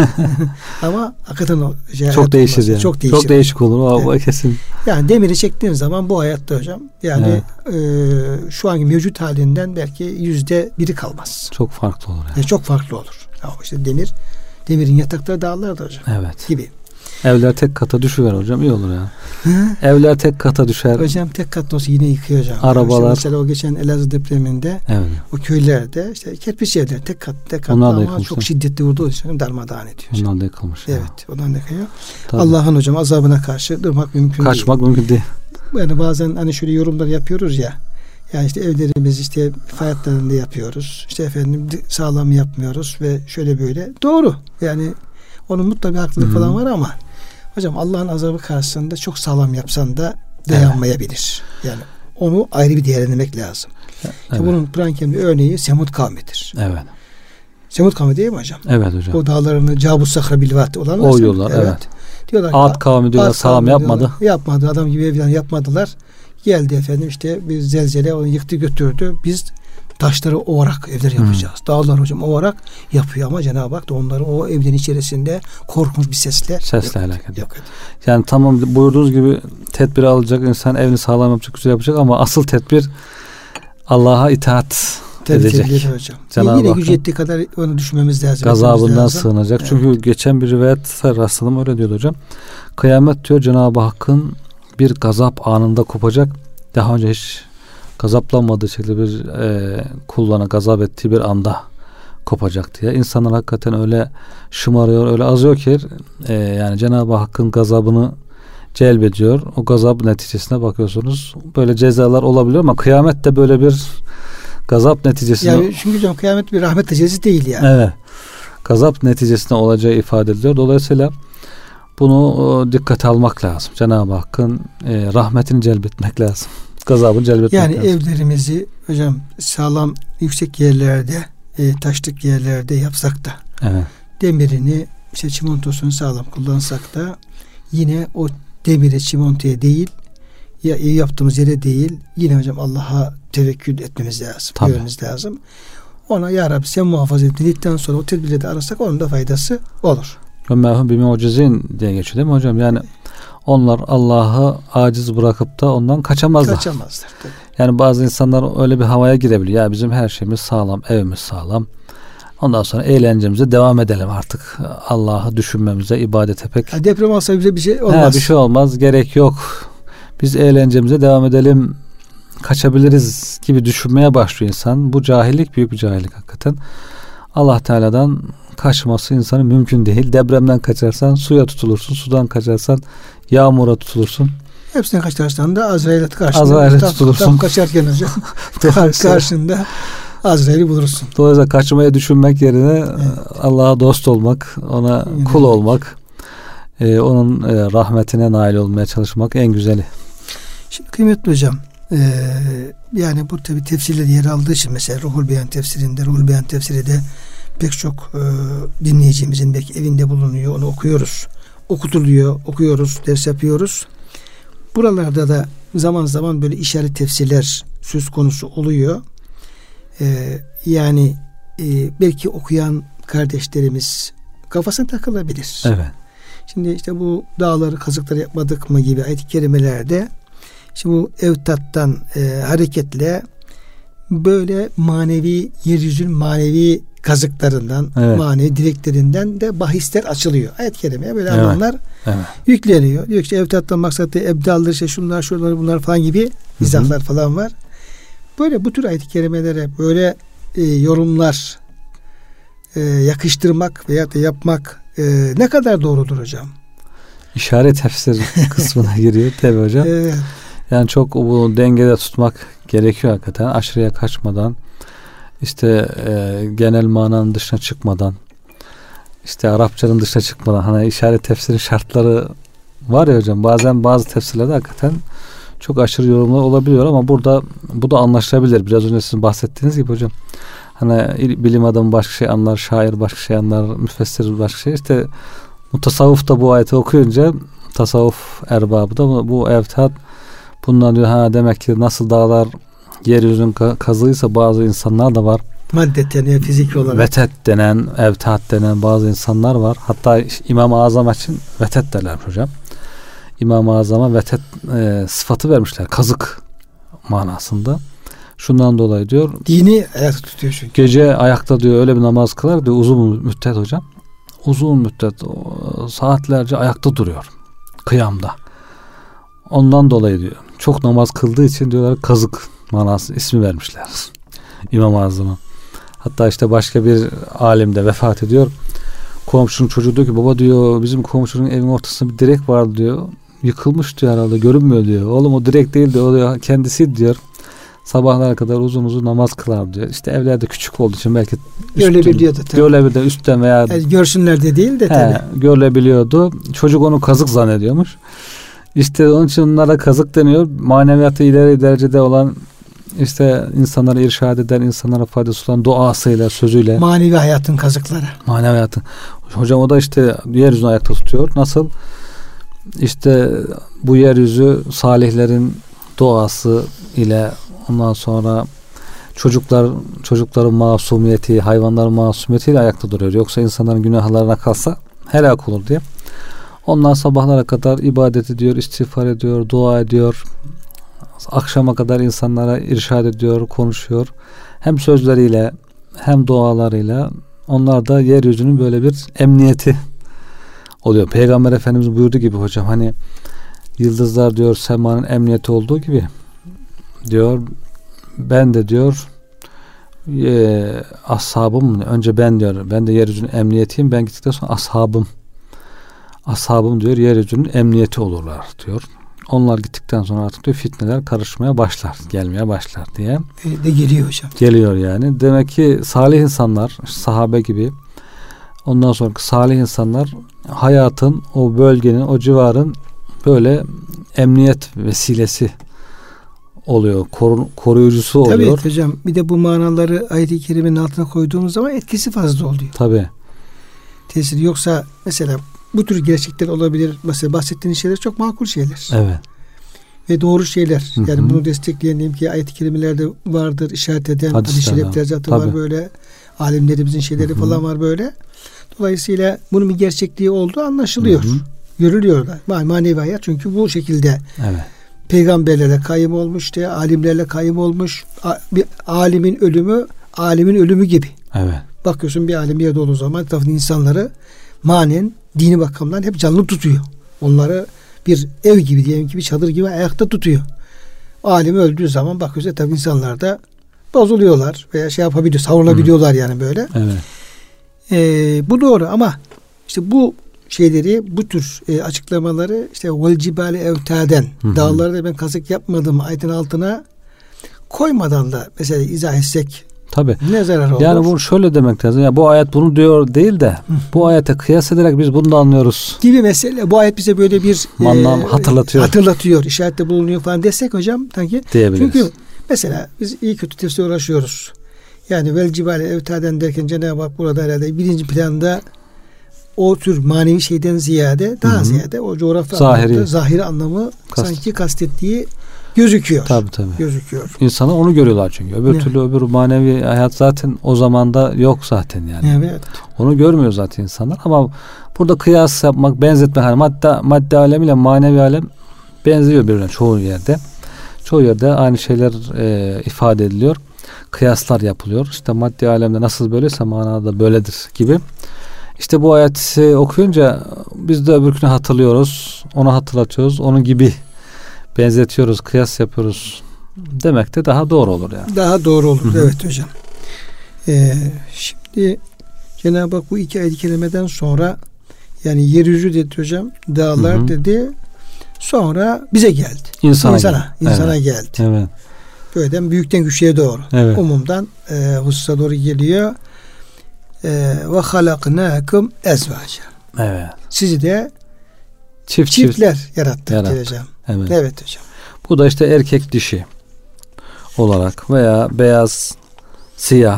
ama hakikaten o şey, çok değişir olmaz. yani. Çok değişir. Çok değişik olur o evet. kesin. Yani demiri çektiğin zaman bu hayatta hocam yani evet. e, şu anki mevcut halinden belki yüzde biri kalmaz. Çok farklı olur yani. yani çok farklı olur. Ya işte demir, demirin yatakları dağlardı hocam. Evet. Gibi. Evler tek kata düşüver hocam, iyi olur ya. Evler tek kata düşer. Hocam tek katlı olsa yine yıkıyor hocam. Arabalar. Yani işte mesela o geçen Elazığ depreminde evet. o köylerde işte kerpiç evler tek kat tek katlı ama çok şiddetli vurduğu için darmadağın ediyor. Onlar da yıkılmış. Evet. Ya. Onlar da yıkıyor. Allah'ın hocam azabına karşı durmak mümkün Kaçmak değil. mümkün değil. Yani bazen hani şöyle yorumlar yapıyoruz ya. Yani işte evlerimiz işte fay hatlarında yapıyoruz. İşte efendim sağlam yapmıyoruz ve şöyle böyle. Doğru. Yani onun mutlaka bir haklılık Hı-hı. falan var ama hocam Allah'ın azabı karşısında çok sağlam yapsan da dayanmayabilir. Evet. Yani onu ayrı bir değerlendirmek lazım. Evet. İşte bunun Kur'an-ı Kerim'de örneği Semud kavmidir. Evet. Semud kavmi değil mi hocam? Evet hocam. O dağlarını Cabus Sakra Bilvat olan o yollar evet. evet. Diyorlar ki, Ad kavmi diyorlar Ad sağlam yapmadı. Diyorlar, yapmadı. Adam gibi evden yapmadılar. Geldi efendim işte bir zelzele onu yıktı götürdü. Biz taşları ovarak evler yapacağız. Hmm. Dağlar hocam ovarak yapıyor ama Cenab-ı Hak da onları o evlerin içerisinde korkunç bir sesle sesle helak ediyor. Yani tamam buyurduğunuz gibi tedbir alacak insan, evini sağlam yapacak, güzel yapacak ama asıl tedbir Allah'a itaat edecek. Hocam. Yani yine gücü yettiği kadar onu düşünmemiz lazım. Gazabından sığınacak. Evet. Çünkü geçen bir rivayet rastladım, öyle diyordu hocam. Kıyamet diyor Cenab-ı Hakk'ın bir gazap anında kopacak. Daha önce hiç gazaplanmadığı şekilde bir e, kullana gazap ettiği bir anda kopacak diye. İnsanlar hakikaten öyle şımarıyor, öyle azıyor ki e, yani Cenab-ı Hakk'ın gazabını celbediyor. O gazap neticesine bakıyorsunuz. Böyle cezalar olabilir ama kıyamet de böyle bir gazap neticesine. Yani çünkü hocam kıyamet bir rahmet neticesi değil yani. Evet. Gazap neticesine olacağı ifade ediliyor. Dolayısıyla bunu dikkate almak lazım. Cenab-ı Hakk'ın e, rahmetini celbetmek lazım. Gazabını celbetmek yani lazım. Yani evlerimizi hocam sağlam yüksek yerlerde, e, taşlık yerlerde yapsak da evet. demirini, işte çimentosunu sağlam kullansak da yine o demire, çimentoya değil, ya iyi yaptığımız yere değil, yine hocam Allah'a tevekkül etmemiz lazım. Görmemiz lazım. Ona ya Rabbi sen muhafaza et dedikten sonra o tedbirleri de arasak onun da faydası olur. Ömerhum bir mucizin diye geçiyor değil mi hocam? Yani onlar Allah'ı aciz bırakıp da ondan kaçamazlar. Kaçamazlar tabii. Yani bazı insanlar öyle bir havaya girebiliyor. Ya bizim her şeyimiz sağlam, evimiz sağlam. Ondan sonra eğlencemize devam edelim artık. Allah'ı düşünmemize, ibadete pek. Ya deprem olsa bize bir şey olmaz. He, bir şey olmaz, gerek yok. Biz eğlencemize devam edelim, kaçabiliriz gibi düşünmeye başlıyor insan. Bu cahillik, büyük bir cahillik hakikaten. Allah Teala'dan kaçması insanın mümkün değil. Depremden kaçarsan suya tutulursun, sudan kaçarsan yağmura tutulursun. Hepsine kaçarsan da Azrail'e karşında. Azrail'e tutulursun. Tam kaçarken hocam karşında Azrail'i bulursun. Dolayısıyla kaçmaya düşünmek yerine evet. Allah'a dost olmak, ona evet. kul olmak, e, onun e, rahmetine nail olmaya çalışmak en güzeli. Şimdi kıymetli hocam, e, yani bu tabi tefsirleri yer aldığı için mesela Ruhul Beyan tefsirinde, Ruhul Beyan tefsiri de pek çok e, dinleyicimizin belki evinde bulunuyor, onu okuyoruz. okutuluyor, okuyoruz, ders yapıyoruz. Buralarda da zaman zaman böyle işaret tefsirler söz konusu oluyor. Ee, yani e, belki okuyan kardeşlerimiz kafasına takılabilir. Evet. Şimdi işte bu dağları kazıkları yapmadık mı gibi ayet-i kerimelerde şimdi bu evtattan e, hareketle böyle manevi yeryüzünün manevi kazıklarından, evet. manevi direklerinden de bahisler açılıyor. Ayet-i kerimeye böyle evet. anlamlar evet. yükleniyor. Diyor ki işte evtattan maksatı ebdaldır, işte şunlar şunlar bunlar falan gibi izahlar Hı-hı. falan var. Böyle bu tür ayet-i kerimelere böyle e, yorumlar e, yakıştırmak veya da yapmak e, ne kadar doğrudur hocam? İşaret tefsir kısmına giriyor tabii hocam. Evet. Yani çok bu dengede tutmak gerekiyor hakikaten. Aşırıya kaçmadan, işte e, genel mananın dışına çıkmadan, işte Arapçanın dışına çıkmadan. Hani işaret tefsirin şartları var ya hocam. Bazen bazı tefsirlerde hakikaten çok aşırı yorumlar olabiliyor ama burada bu da anlaşılabilir. Biraz önce sizin bahsettiğiniz gibi hocam. Hani bilim adamı başka şey anlar, şair başka şey anlar, müfessir başka şey. İşte mutasavvuf da bu ayeti okuyunca tasavvuf erbabı da bu, bu evtat bundan diyor ha demek ki nasıl dağlar yeryüzünün kazığıysa bazı insanlar da var. Maddeten ya fiziki olarak. Vetet denen, evtat denen bazı insanlar var. Hatta İmam-ı Azam için vetet derler hocam. İmam-ı Azam'a vetet e, sıfatı vermişler. Kazık manasında. Şundan dolayı diyor. Dini ayakta tutuyor çünkü. Gece ayakta diyor öyle bir namaz kılar diyor uzun müddet hocam. Uzun müddet saatlerce ayakta duruyor. Kıyamda. Ondan dolayı diyor. Çok namaz kıldığı için diyorlar kazık manası ismi vermişler. İmam-ı Azam'a. Hatta işte başka bir alim de vefat ediyor. Komşunun çocuğu diyor ki baba diyor bizim komşunun evin ortasında bir direk var diyor. Yıkılmış diyor herhalde görünmüyor diyor. Oğlum o direk değil diyor. O diyor kendisi diyor. Sabahlara kadar uzun uzun namaz kılar diyor. İşte evlerde küçük olduğu için belki görülebiliyordu tabii. Görülebilirdi üstten veya yani görsünler de değil de tabii. Görülebiliyordu. Çocuk onu kazık zannediyormuş. İşte onun için onlara kazık deniyor. Maneviyatı ileri derecede olan işte insanlara irşad eden, insanlara faydası olan duasıyla, sözüyle. Manevi hayatın kazıkları. Manevi hayatın. Hocam o da işte yeryüzünü ayakta tutuyor. Nasıl? İşte bu yeryüzü salihlerin duası ile ondan sonra çocuklar çocukların masumiyeti, hayvanların masumiyetiyle ayakta duruyor. Yoksa insanların günahlarına kalsa helak olur diye. Onlar sabahlara kadar ibadet ediyor, istiğfar ediyor, dua ediyor. Akşama kadar insanlara irşad ediyor, konuşuyor. Hem sözleriyle hem dualarıyla onlar da yeryüzünün böyle bir emniyeti oluyor. Peygamber Efendimiz buyurduğu gibi hocam hani yıldızlar diyor semanın emniyeti olduğu gibi diyor ben de diyor e, ashabım önce ben diyor ben de yeryüzünün emniyetiyim ben gittikten sonra ashabım ashabım diyor yeryüzünün emniyeti olurlar diyor. Onlar gittikten sonra artık diyor fitneler karışmaya başlar, gelmeye başlar diye. E, de geliyor hocam. Geliyor yani. Demek ki salih insanlar, sahabe gibi ondan sonraki salih insanlar hayatın, o bölgenin, o civarın böyle emniyet vesilesi oluyor. Koru, koruyucusu oluyor. Tabii hocam. Bir de bu manaları ayet-i kerimenin altına koyduğumuz zaman etkisi fazla oluyor. Tabii. Tesiri yoksa mesela bu tür gerçekler olabilir. Mesela bahsettiğiniz şeyler çok makul şeyler. Evet. Ve doğru şeyler. Hı hı. Yani bunu destekleyen diyeyim ki ayet-i kerimelerde vardır. İşaret eden hadis-i şerifler zaten var böyle. Alimlerimizin şeyleri hı hı. falan var böyle. Dolayısıyla bunun bir gerçekliği olduğu anlaşılıyor. Hı hı. Görülüyor da. Manevi hayat çünkü bu şekilde. Evet. Peygamberlere kayyım olmuş diye, alimlerle kayyım olmuş. Bir alimin ölümü, alimin ölümü gibi. Evet. Bakıyorsun bir alim bir yerde olduğu zaman etrafında insanları manen dini bakımdan hep canlı tutuyor. Onları bir ev gibi diyelim ki bir çadır gibi ayakta tutuyor. O alim öldüğü zaman bakıyoruz tabii insanlar da bozuluyorlar veya şey yapabiliyor, savrulabiliyorlar Hı. yani böyle. Evet. Ee, bu doğru ama işte bu şeyleri, bu tür e, açıklamaları işte vel cibale evtaden dağlarda ben kazık yapmadım ayetin altına koymadan da mesela izah etsek tabii. Ne zarar olur? Yani bu şöyle demek lazım. Ya bu ayet bunu diyor değil de Hı. bu ayete kıyas ederek biz bunu da anlıyoruz. Gibi mesele. Bu ayet bize böyle bir anlam e, hatırlatıyor. Hatırlatıyor. İşarette bulunuyor falan desek hocam sanki. Diyebiliriz. Çünkü mesela biz iyi kötü tefsir uğraşıyoruz. Yani vel cibale evtaden derken Cenab-ı Hak burada herhalde birinci planda o tür manevi şeyden ziyade daha Hı-hı. ziyade o coğrafya zahiri anlamda, zahiri anlamı Kast. sanki kastettiği gözüküyor. Tabii tabii. Gözüküyor. İnsanlar onu görüyorlar çünkü. Öbür evet. türlü öbür manevi hayat zaten o zamanda yok zaten yani. Evet. Onu görmüyor zaten insanlar ama burada kıyas yapmak, benzetmek, hani madde, madde alemiyle manevi alem benziyor birbirine çoğu yerde. Çoğu yerde aynı şeyler e, ifade ediliyor. Kıyaslar yapılıyor. İşte maddi alemde nasıl böyleyse manada böyledir gibi. İşte bu ayeti okuyunca biz de öbürkünü hatırlıyoruz. Onu hatırlatıyoruz. Onun gibi benzetiyoruz, kıyas yapıyoruz demek de daha doğru olur yani. Daha doğru olur. Hı-hı. Evet hocam. Ee, şimdi Cenab-ı Hak bu iki ayet-i kerimeden sonra yani yeryüzü dedi hocam, dağlar Hı-hı. dedi. Sonra bize geldi. İnsana, insana, geldi. insana evet. geldi. Evet. Böyleden büyükten küçüğe doğru. Evet. Umumdan e, hususa doğru geliyor. E, ve halaknâkum ezvâca. Evet. Sizi de çift çiftler çift yarattık, yarattık. hocam. Evet. Evet hocam. Bu da işte erkek dişi olarak veya beyaz siyah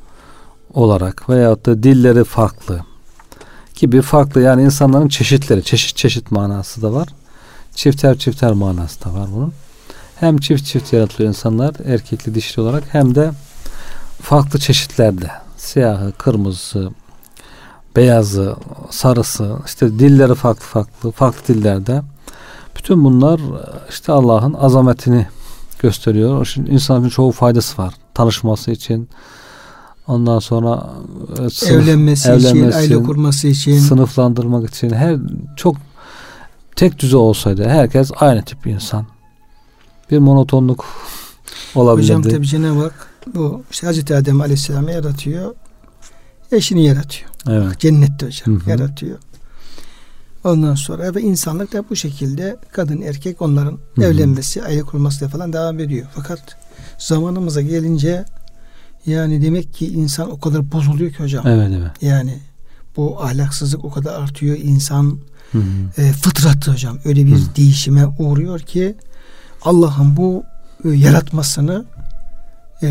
olarak veyahut da dilleri farklı gibi farklı, yani insanların çeşitleri, çeşit çeşit manası da var. Çifter çifter manası da var bunun. Hem çift çift yaratılıyor insanlar erkekli dişli olarak, hem de farklı çeşitlerde. Siyahı, kırmızısı, beyazı, sarısı, işte dilleri farklı farklı, farklı dillerde. Bütün bunlar işte Allah'ın azametini gösteriyor. Şimdi insanın çoğu faydası var. Tanışması için, ondan sonra sınıf, evlenmesi, evlenmesi için, aile kurması için, sınıflandırmak için, her çok tek düze olsaydı herkes aynı tip bir insan, bir monotonluk olabilirdi. Hocam tabi Cenab-ı Hak bu işte Hazreti Adem Aleyhisselam'ı yaratıyor. Eşini yaratıyor. Evet. Cennette hocam Hı-hı. yaratıyor. Ondan sonra ve insanlık da bu şekilde kadın erkek onların Hı-hı. evlenmesi, aile kurması falan devam ediyor. Fakat zamanımıza gelince yani demek ki insan o kadar bozuluyor ki hocam. Evet, evet. Yani bu ahlaksızlık o kadar artıyor. İnsan e, fıtratı hocam öyle bir Hı-hı. değişime uğruyor ki Allah'ın bu e, yaratmasını e,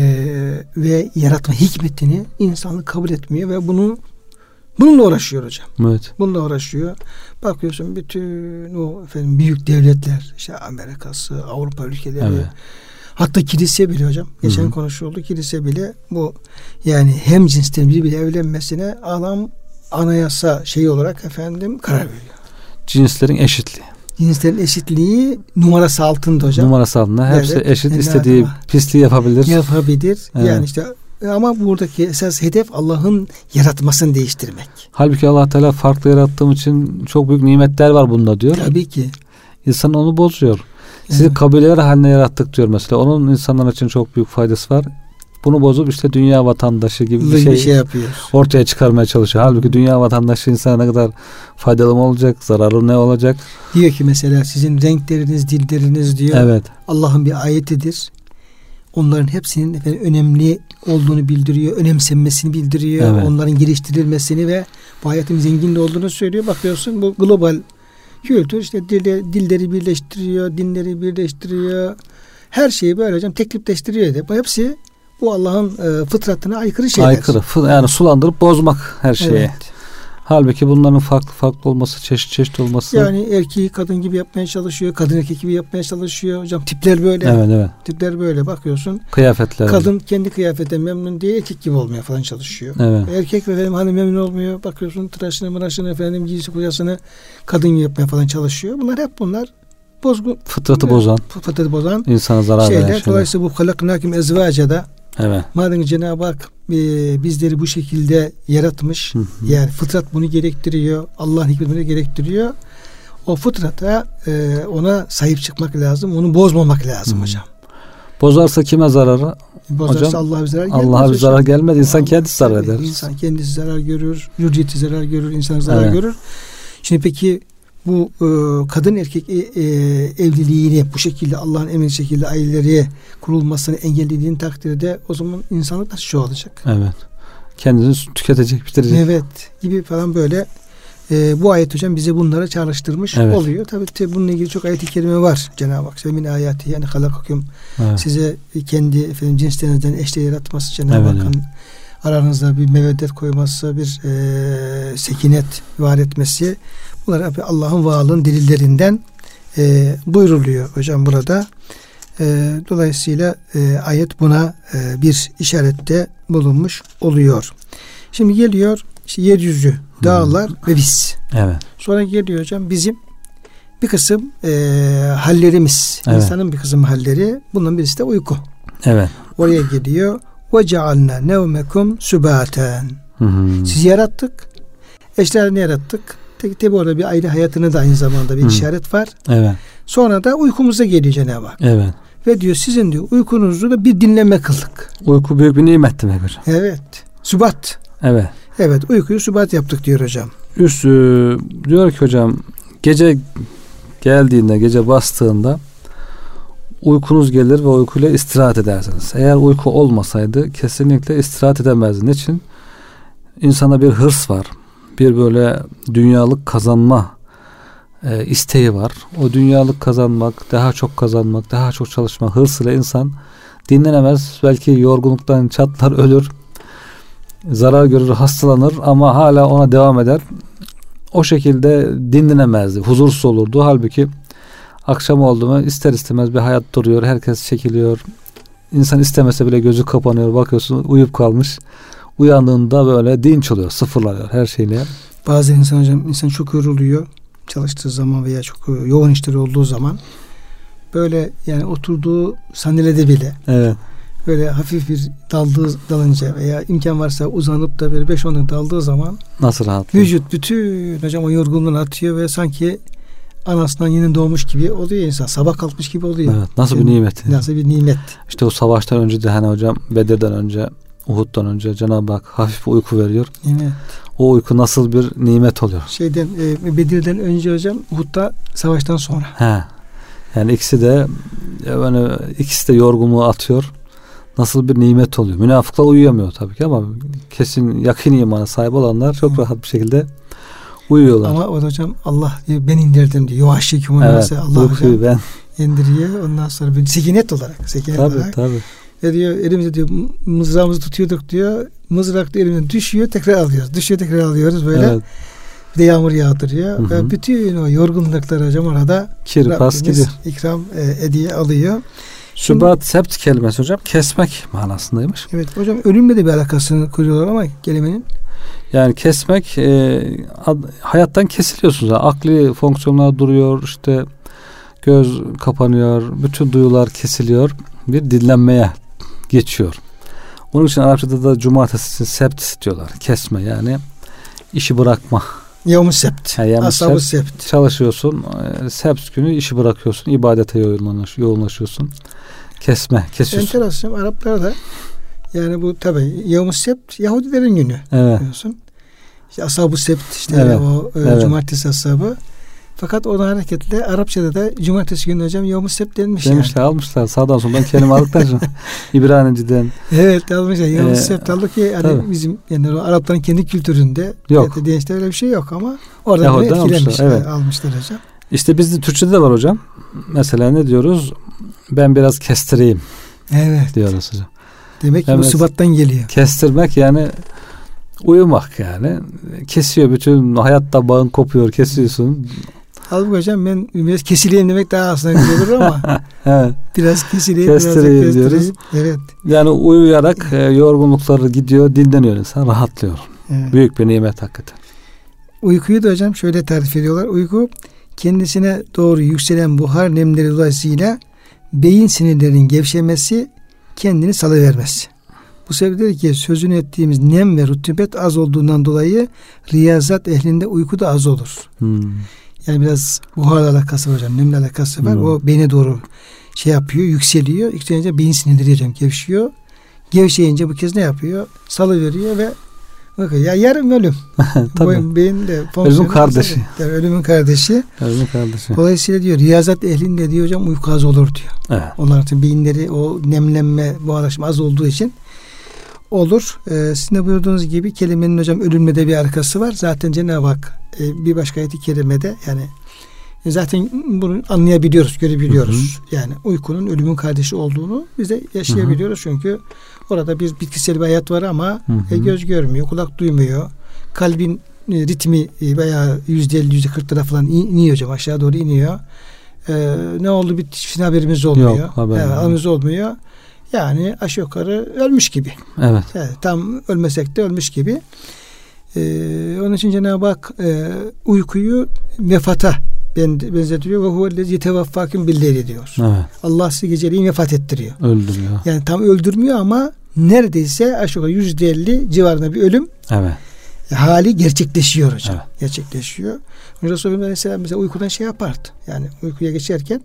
ve yaratma hikmetini insanlık kabul etmiyor ve bunu bununla uğraşıyor hocam. Evet. Bununla uğraşıyor. Bakıyorsun bütün o efendim büyük devletler, işte Amerika'sı, Avrupa ülkeleri, evet. hatta kilise bile hocam. Geçen Hı-hı. konuşuldu. Kilise bile bu yani hem cinslerin birbiriyle evlenmesine adam anayasa şeyi olarak efendim karar veriyor. Cinslerin eşitliği. Cinslerin eşitliği numarası altında hocam. Numarası altında. Hepsi evet, eşit, istediği adama. pisliği yapabilir. Yapabilir. Evet. Yani işte ama buradaki esas hedef Allah'ın yaratmasını değiştirmek. Halbuki Allah Teala farklı yarattığım için çok büyük nimetler var bunda diyor. Tabii ki. İnsan onu bozuyor. Sizi evet. kabileler haline yarattık diyor mesela. Onun insanlar için çok büyük faydası var. Bunu bozup işte dünya vatandaşı gibi bir şey, bir şey yapıyor. Ortaya çıkarmaya çalışıyor. Halbuki dünya vatandaşı insana ne kadar faydalı mı olacak, zararlı ne olacak? Diyor ki mesela sizin renkleriniz, dilleriniz diyor. Evet. Allah'ın bir ayetidir. Onların hepsinin efendim önemli olduğunu bildiriyor, önemsenmesini bildiriyor, evet. onların geliştirilmesini ve bu hayatın zengin olduğunu söylüyor. Bakıyorsun bu global kültür işte dilleri, dilleri birleştiriyor, dinleri birleştiriyor. Her şeyi böyle hocam teklifleştiriyor. Bu hepsi bu Allah'ın e, fıtratına aykırı şeyler. Aykırı. Yani sulandırıp bozmak her şeyi. Evet. Halbuki bunların farklı farklı olması, çeşit çeşit olması. Yani erkeği kadın gibi yapmaya çalışıyor. Kadın erkek gibi yapmaya çalışıyor. Hocam tipler böyle. Evet, evet. Tipler böyle bakıyorsun. Kıyafetler. Kadın kendi kıyafetinden memnun değil, erkek gibi olmaya falan çalışıyor. Evet. Erkek efendim hani memnun olmuyor. Bakıyorsun tıraşını mıraşını efendim giysi kuyasını kadın gibi yapmaya falan çalışıyor. Bunlar hep bunlar bozgun. Fıtratı evet, bozan. Fıtratı bozan. İnsana zarar şeyler. veren şeyler. Dolayısıyla bu halaknâkum ezvâceda. Evet. Madem Cenab-ı Hak e, bizleri bu şekilde yaratmış, hı hı. yani fıtrat bunu gerektiriyor, Allah'ın hikmeti bunu gerektiriyor. O fıtrata e, ona sahip çıkmak lazım, onu bozmamak lazım hı. hocam. Bozarsa kime zararı? Bozarsa hocam, Allah'a bir zarar gelmez. Allah'a bir zarar gelmez. İnsan Allah, kendisi zarar eder. İnsan kendisi zarar görür, zürriyeti zarar görür, insan zarar evet. görür. Şimdi peki bu e, kadın erkek e, e, evliliğini bu şekilde Allah'ın emri şekilde aileleri kurulmasını engellediğin takdirde o zaman insanlık nasıl çoğalacak? Evet. Kendini tüketecek, bitirecek. Evet. Gibi falan böyle e, bu ayet hocam bize bunlara çağrıştırmış evet. oluyor. Tabii ki bununla ilgili çok ayet-i kerime var. Cenab-ı Hak semin ayati yani halakakum evet. size kendi efendim cinslerinizden eşle yaratması Cenab-ı evet, Hakk'ın evet. aranızda bir meveddet koyması, bir e, sekinet var etmesi, bunlar Allah'ın varlığın delillerinden e, buyruluyor hocam burada. E, dolayısıyla e, ayet buna e, bir işarette bulunmuş oluyor. Şimdi geliyor işte yeryüzü, dağlar hmm. ve biz. Evet. Sonra geliyor hocam bizim bir kısım e, hallerimiz, evet. insanın bir kısım halleri. Bunun birisi de uyku. Evet. Oraya geliyor. Ve cealna nevmekum sübaten. Sizi yarattık. Eşlerini yarattık. Tabi orada bir ayrı hayatını da aynı zamanda bir Hı. işaret var. Evet. Sonra da uykumuza geliyor Cenab-ı Hak. Evet. Ve diyor sizin diyor uykunuzu da bir dinleme kıldık. Uyku büyük bir nimet demek hocam. Evet. Sübat. Evet. Evet, uykuyu sübat yaptık diyor hocam. Üst diyor ki hocam, gece geldiğinde, gece bastığında uykunuz gelir ve uykuyla istirahat edersiniz. Eğer uyku olmasaydı kesinlikle istirahat edemezdiniz. Niçin? İnsanda bir hırs var. Bir böyle dünyalık kazanma e, isteği var. O dünyalık kazanmak, daha çok kazanmak, daha çok çalışma hırsıyla insan dinlenemez. Belki yorgunluktan çatlar, ölür, zarar görür, hastalanır ama hala ona devam eder. O şekilde dinlenemezdi. Huzursuz olurdu. Halbuki akşam oldu mu ister istemez bir hayat duruyor. Herkes çekiliyor. İnsan istemese bile gözü kapanıyor. Bakıyorsun uyuyup kalmış. Uyandığında böyle dinç oluyor. Sıfırlanıyor her şeyle. Bazen insan hocam insan çok yoruluyor. Çalıştığı zaman veya çok yoğun işleri olduğu zaman böyle yani oturduğu sandalyede bile evet. böyle hafif bir daldığı dalınca veya imkan varsa uzanıp da böyle beş on dakika daldığı zaman nasıl rahatlıyor? Vücut bütün hocam o yorgunluğunu atıyor ve sanki anasından yeni doğmuş gibi oluyor insan. Sabah kalkmış gibi oluyor. Evet, nasıl yani, bir nimet. Nasıl bir nimet. İşte o savaştan önce de hani hocam Bedir'den önce, Uhud'dan önce Cenab-ı Hak hafif bir uyku veriyor. Evet. O uyku nasıl bir nimet oluyor. Şeyden e, Bedir'den önce hocam, Uhud'da savaştan sonra. He. Yani ikisi de yani ikisi de yorgunluğu atıyor. Nasıl bir nimet oluyor. Münafıklar uyuyamıyor tabii ki ama kesin yakın imana sahip olanlar çok Hı. rahat bir şekilde uyuyorlar. Ama o da hocam Allah diyor, ben indirdim diyor. Yuvaşşikum evet, Allah hocam ben indiriyor. Ondan sonra bir sekinet olarak. Sekinet tabii, olarak. Tabii. Ve diyor elimizde diyor mızrağımızı tutuyorduk diyor. Mızrak diyor elimizden düşüyor, tekrar alıyoruz. Düşüyor, tekrar alıyoruz böyle. Evet. Bir de yağmur yağdırıyor. Hı hı. Ve bütün o yorgunluklar hocam orada kirpas gidiyor. İkram e, ediye alıyor. Sübat sept kelimesi hocam kesmek manasındaymış. Evet hocam, ölümle de bir alakasını kuruyorlar ama kelimenin. Yani kesmek e, ad, hayattan kesiliyorsunuz. Yani akli fonksiyonlar duruyor, işte göz kapanıyor, bütün duyular kesiliyor. Bir dinlenmeye geçiyor. Onun için Arapçada da cumartesi sept diyorlar. Kesme yani işi bırakma. Yevm-i sept. Ashab-ı sept. Çalışıyorsun. E, sept günü işi bırakıyorsun. İbadete yoğunlaş, yoğunlaşıyorsun. Kesme, kesiyorsun. Enteresan. Araplar da yani bu tabi Yevm-i sept Yahudilerin günü. Evet. Biliyorsun. İşte Ashab-ı sept işte evet. o e, evet. cumartesi ashabı. Fakat ona hareketle Arapçada da cumartesi günü hocam Yevm-i sept denmiş. Demişler, yani. Almışlar. Sağdan soldan kelime aldıktan sonra. İbraniciden. Evet, almışlar. Yevm-i sept aldık ki hani bizim yani Arapların kendi kültüründe yok. Gençler öyle bir şey yok ama oradan etkilenmişler. Evet. Almışlar hocam. İşte bizde Türkçe'de de var hocam. Mesela ne diyoruz? Ben biraz kestireyim. Evet. Diyoruz hocam. Demek ki bu sıfattan geliyor. Kestirmek yani uyumak yani. Kesiyor, bütün hayatta bağın kopuyor, kesiyorsun. Halbuki hocam ben biraz kesileyim demek daha aslında güzel olur ama evet. biraz kesileyim, kestireyim biraz diyoruz. Evet. Yani uyuyarak e, yorgunlukları gidiyor, dinleniyor insan, rahatlıyor. Evet. Büyük bir nimet hakikaten. Uykuyu da hocam şöyle tarif ediyorlar. Uyku kendisine doğru yükselen buhar nemleri dolayısıyla beyin sinirlerinin gevşemesi, kendini salıvermesi. Bu sebeple ki sözünü ettiğimiz nem ve rutubet az olduğundan dolayı riyazat ehlinde uyku da az olur. Hmm. Yani biraz buharla alakası var hocam. Nemle alakası var. Hmm. O beyne doğru şey yapıyor, yükseliyor. Yükselince beyin sinirleri hocam gevşiyor. Gevşeyince bu kez ne yapıyor? Salıveriyor ve bakıyor ya yarım ölüm. Tabii. Beyin de ölümün kardeşi. Yani ölümün kardeşi. Ölümün kardeşi. Dolayısıyla diyor riyazat ehlinde diyor hocam uyku az olur diyor. Evet. Onların beyinleri o nemlenme, buharlaşma az olduğu için olur. Ee, sizin de buyurduğunuz gibi kelimenin hocam ölümle de bir arkası var. Zaten Cenab-ı Hak e, bir başka ayet-i kerimede yani E zaten bunu anlayabiliyoruz, görebiliyoruz. Hı hı. Yani uykunun ölümün kardeşi olduğunu biz de yaşayabiliyoruz. Hı hı. Çünkü orada bir bitkisel bir hayat var ama hı hı. E, göz görmüyor, kulak duymuyor. Kalbin e, ritmi e, bayağı yüzde elli, yüzde kırklara falan iniyor hocam. Aşağı doğru iniyor. E, ne oldu bir hiçbir haberimiz olmuyor. Yok, haber evet, haberimiz olmuyor. Yani aşağı yukarı ölmüş gibi. Evet. Yani tam ölmesek de ölmüş gibi. Ee, onun için Cenab-ı Hak e, uykuyu vefata benzetiyor. Ve huvellezî yetevaffâküm billeyli diyor. Evet. Allah sizi geceliğin vefat ettiriyor. Öldürüyor. Yani tam öldürmüyor ama neredeyse aşağı yukarı yüzde elli civarında bir ölüm evet. hali gerçekleşiyor hocam. Evet. Gerçekleşiyor. Resulullah Aleyhisselam mesela uykudan şey yapardı. Yani uykuya geçerken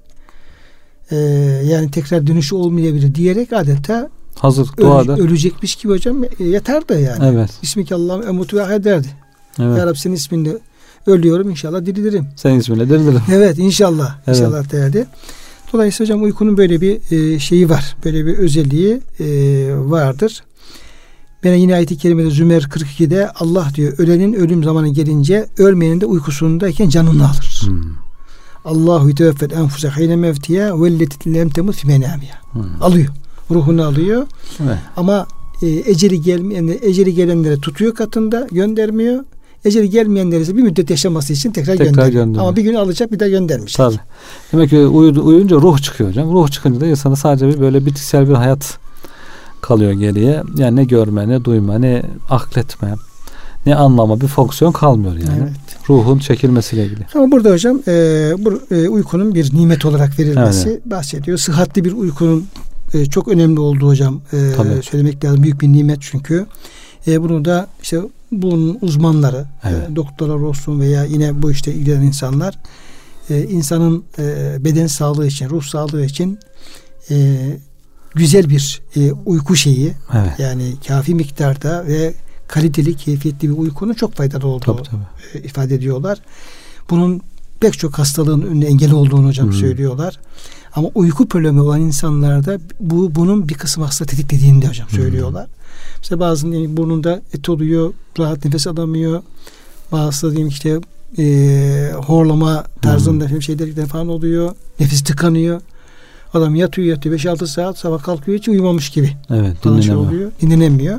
e, yani tekrar dönüşü olmayabilir diyerek adeta hazır duada öle, ölecekmiş gibi hocam yatardı yani. Evet. Bismike Allah'ım emutu ve ahya derdi. Evet. Ya Rabbi senin isminle ölüyorum, inşallah dirilirim. Senin isminle dirilirim. Evet, inşallah. Evet. İnşallah derdi. Dolayısıyla hocam uykunun böyle bir e, şeyi var. Böyle bir özelliği e, vardır. Ben yine ayet-i kerimede Zümer kırk iki'de Allah diyor ölenin ölüm zamanı gelince ölmeyenin de uykusundayken canını alır. Hmm. Allahu yuteveffel enfuse hayne mevtiye velleti lem temut fi menamiha. Alıyor. Ruhunu alıyor. Evet. Ama e, eceli gelmeyen eceli gelenlere tutuyor katında, göndermiyor. Eceli gelmeyenlere ise bir müddet yaşaması için tekrar, tekrar gönderiyor. gönderiyor. Ama bir gün alacak, bir daha göndermeyecek. Tabii. Demek ki uyudu, uyuyunca ruh çıkıyor hocam. Ruh çıkınca da insana sadece bir böyle bitkisel bir hayat kalıyor geriye. Yani ne görme, ne duyma, ne akletme, ne anlama bir fonksiyon kalmıyor yani. Evet. Ruhun çekilmesiyle ilgili. Ama burada hocam e, bu e, uykunun bir nimet olarak verilmesi evet. bahsediyor. Sıhhatli bir uykunun e, çok önemli olduğu hocam e, söylemek lazım. Büyük bir nimet çünkü. E, bunu da işte bunun uzmanları, evet. e, doktorlar olsun veya yine bu işte ilgilenen insanlar e, insanın e, beden sağlığı için, ruh sağlığı için e, güzel bir e, uyku şeyi evet. yani kafi miktarda ve kaliteli, keyfiyetli bir uykunun çok faydalı olduğunu tabii, tabii. E, ifade ediyorlar. Bunun pek çok hastalığın önüne engel olduğunu hocam hmm. söylüyorlar. Ama uyku problemi olan insanlarda bu bunun bir kısım hasta tetiklediğini de hocam söylüyorlar. Hmm. Mesela bazı yani burnunda et oluyor, rahat nefes alamıyor. Bazısı diyeyim işte e, horlama tarzında hmm. şeyler falan oluyor. Nefes tıkanıyor. Adam yatıyor yatıyor beş altı saat, sabah kalkıyor hiç uyumamış gibi. Evet, dinlenemiyor. Oluyor, dinlenemiyor.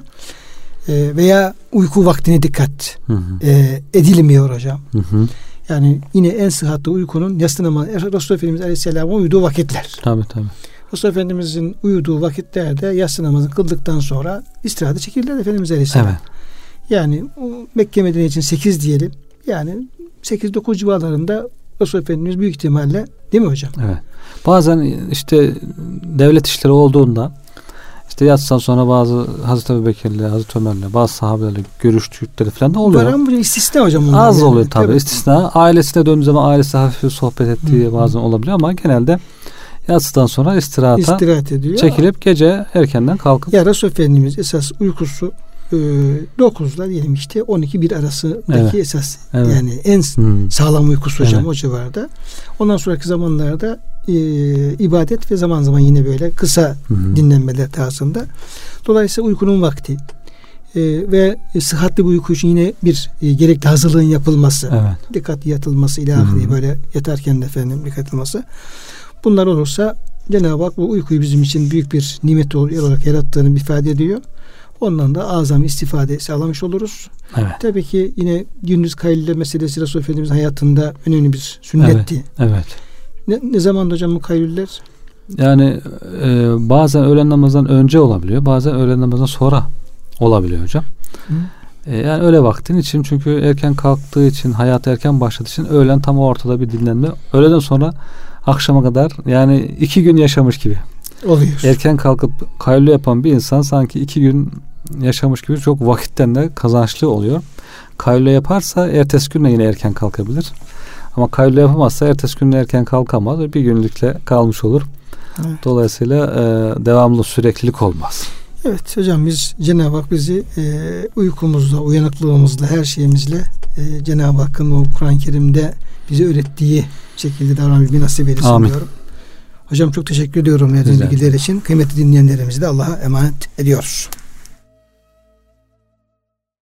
E, veya uyku vaktine dikkat hı hı. E, edilmiyor hocam. Hı hı. Yani yine en sıhhatli uykunun yatsı namazı Resulullah Efendimiz Aleyhisselam'ın uyuduğu vakitler. Tabii tabii. Resulullah Efendimiz'in uyuduğu vakitlerde yatsı namazını kıldıktan sonra istirahate çekildiler Efendimiz Aleyhisselam. Evet. Yani Mekke Medine için sekiz diyelim. Yani sekiz dokuz civarlarında Resulullah Efendimiz büyük ihtimalle değil mi hocam? Evet. Bazen işte devlet işleri olduğunda işte yatsıdan sonra bazı Hazreti Ebubekir'le, Hazreti Ömer'le, bazı sahabelerle görüştükleri falan da oluyor. Var bu istisna hocam. Az yani. Oluyor tabii. tabii. İstisna. Ailesine döndüğü zaman ailesi hafif sohbet ettiği Hı-hı. bazen olabiliyor ama genelde yatsıdan sonra istirahata istirahat ediyor. Çekilip gece erkenden kalkıp. Ya Resulullah Efendimiz esas uykusu e, dokuzla diyelim işte on iki bir arasındaki evet. esas evet. yani en hmm. sağlam uykusu hocam evet. o civarda. Ondan sonraki zamanlarda e, ibadet ve zaman zaman yine böyle kısa hmm. dinlenmeler tarzında. Dolayısıyla uykunun vakti e, ve e, sıhhatli bir uyku için yine bir e, gerekli hazırlığın yapılması, evet. dikkatli yatılması ilahiri hmm. böyle yatarken de efendim dikkat edilmesi. Bunlar olursa Cenab-ı Hak bu uykuyu bizim için büyük bir nimet olarak yarattığını ifade ediyor. Ondan da azami istifade sağlamış oluruz. Evet. Tabii ki yine gündüz kaylule meselesi Resulullah Efendimiz'in hayatında önemli bir sünnetti. Evet. evet. Ne, ne zaman hocam bu kaylüller? Yani e, bazen öğlen namazından önce olabiliyor. Bazen öğlen namazından sonra olabiliyor hocam. E, yani öğle vaktin için çünkü erken kalktığı için hayatı erken başladığı için öğlen tam ortada bir dinlenme. Öğleden sonra akşama kadar yani iki gün yaşamış gibi. Oluyor. Erken kalkıp kaylule yapan bir insan sanki iki gün yaşamış gibi çok vakitten de kazançlı oluyor. Kaylule yaparsa ertesi günle yine erken kalkabilir. Ama kaylule yapamazsa ertesi günle erken kalkamaz. Bir günlükle kalmış olur. Evet. Dolayısıyla e, devamlı süreklilik olmaz. Evet hocam biz Cenab-ı Hak bizi e, uykumuzla, uyanıklığımızla, her şeyimizle e, Cenab-ı Hakk'ın o Kur'an-ı Kerim'de bize öğrettiği şekilde davranmayı nasip eylesin Amin. diyorum. Hocam çok teşekkür ediyorum verdiğiniz bilgiler için. Kıymetli dinleyenlerimizi de Allah'a emanet ediyoruz.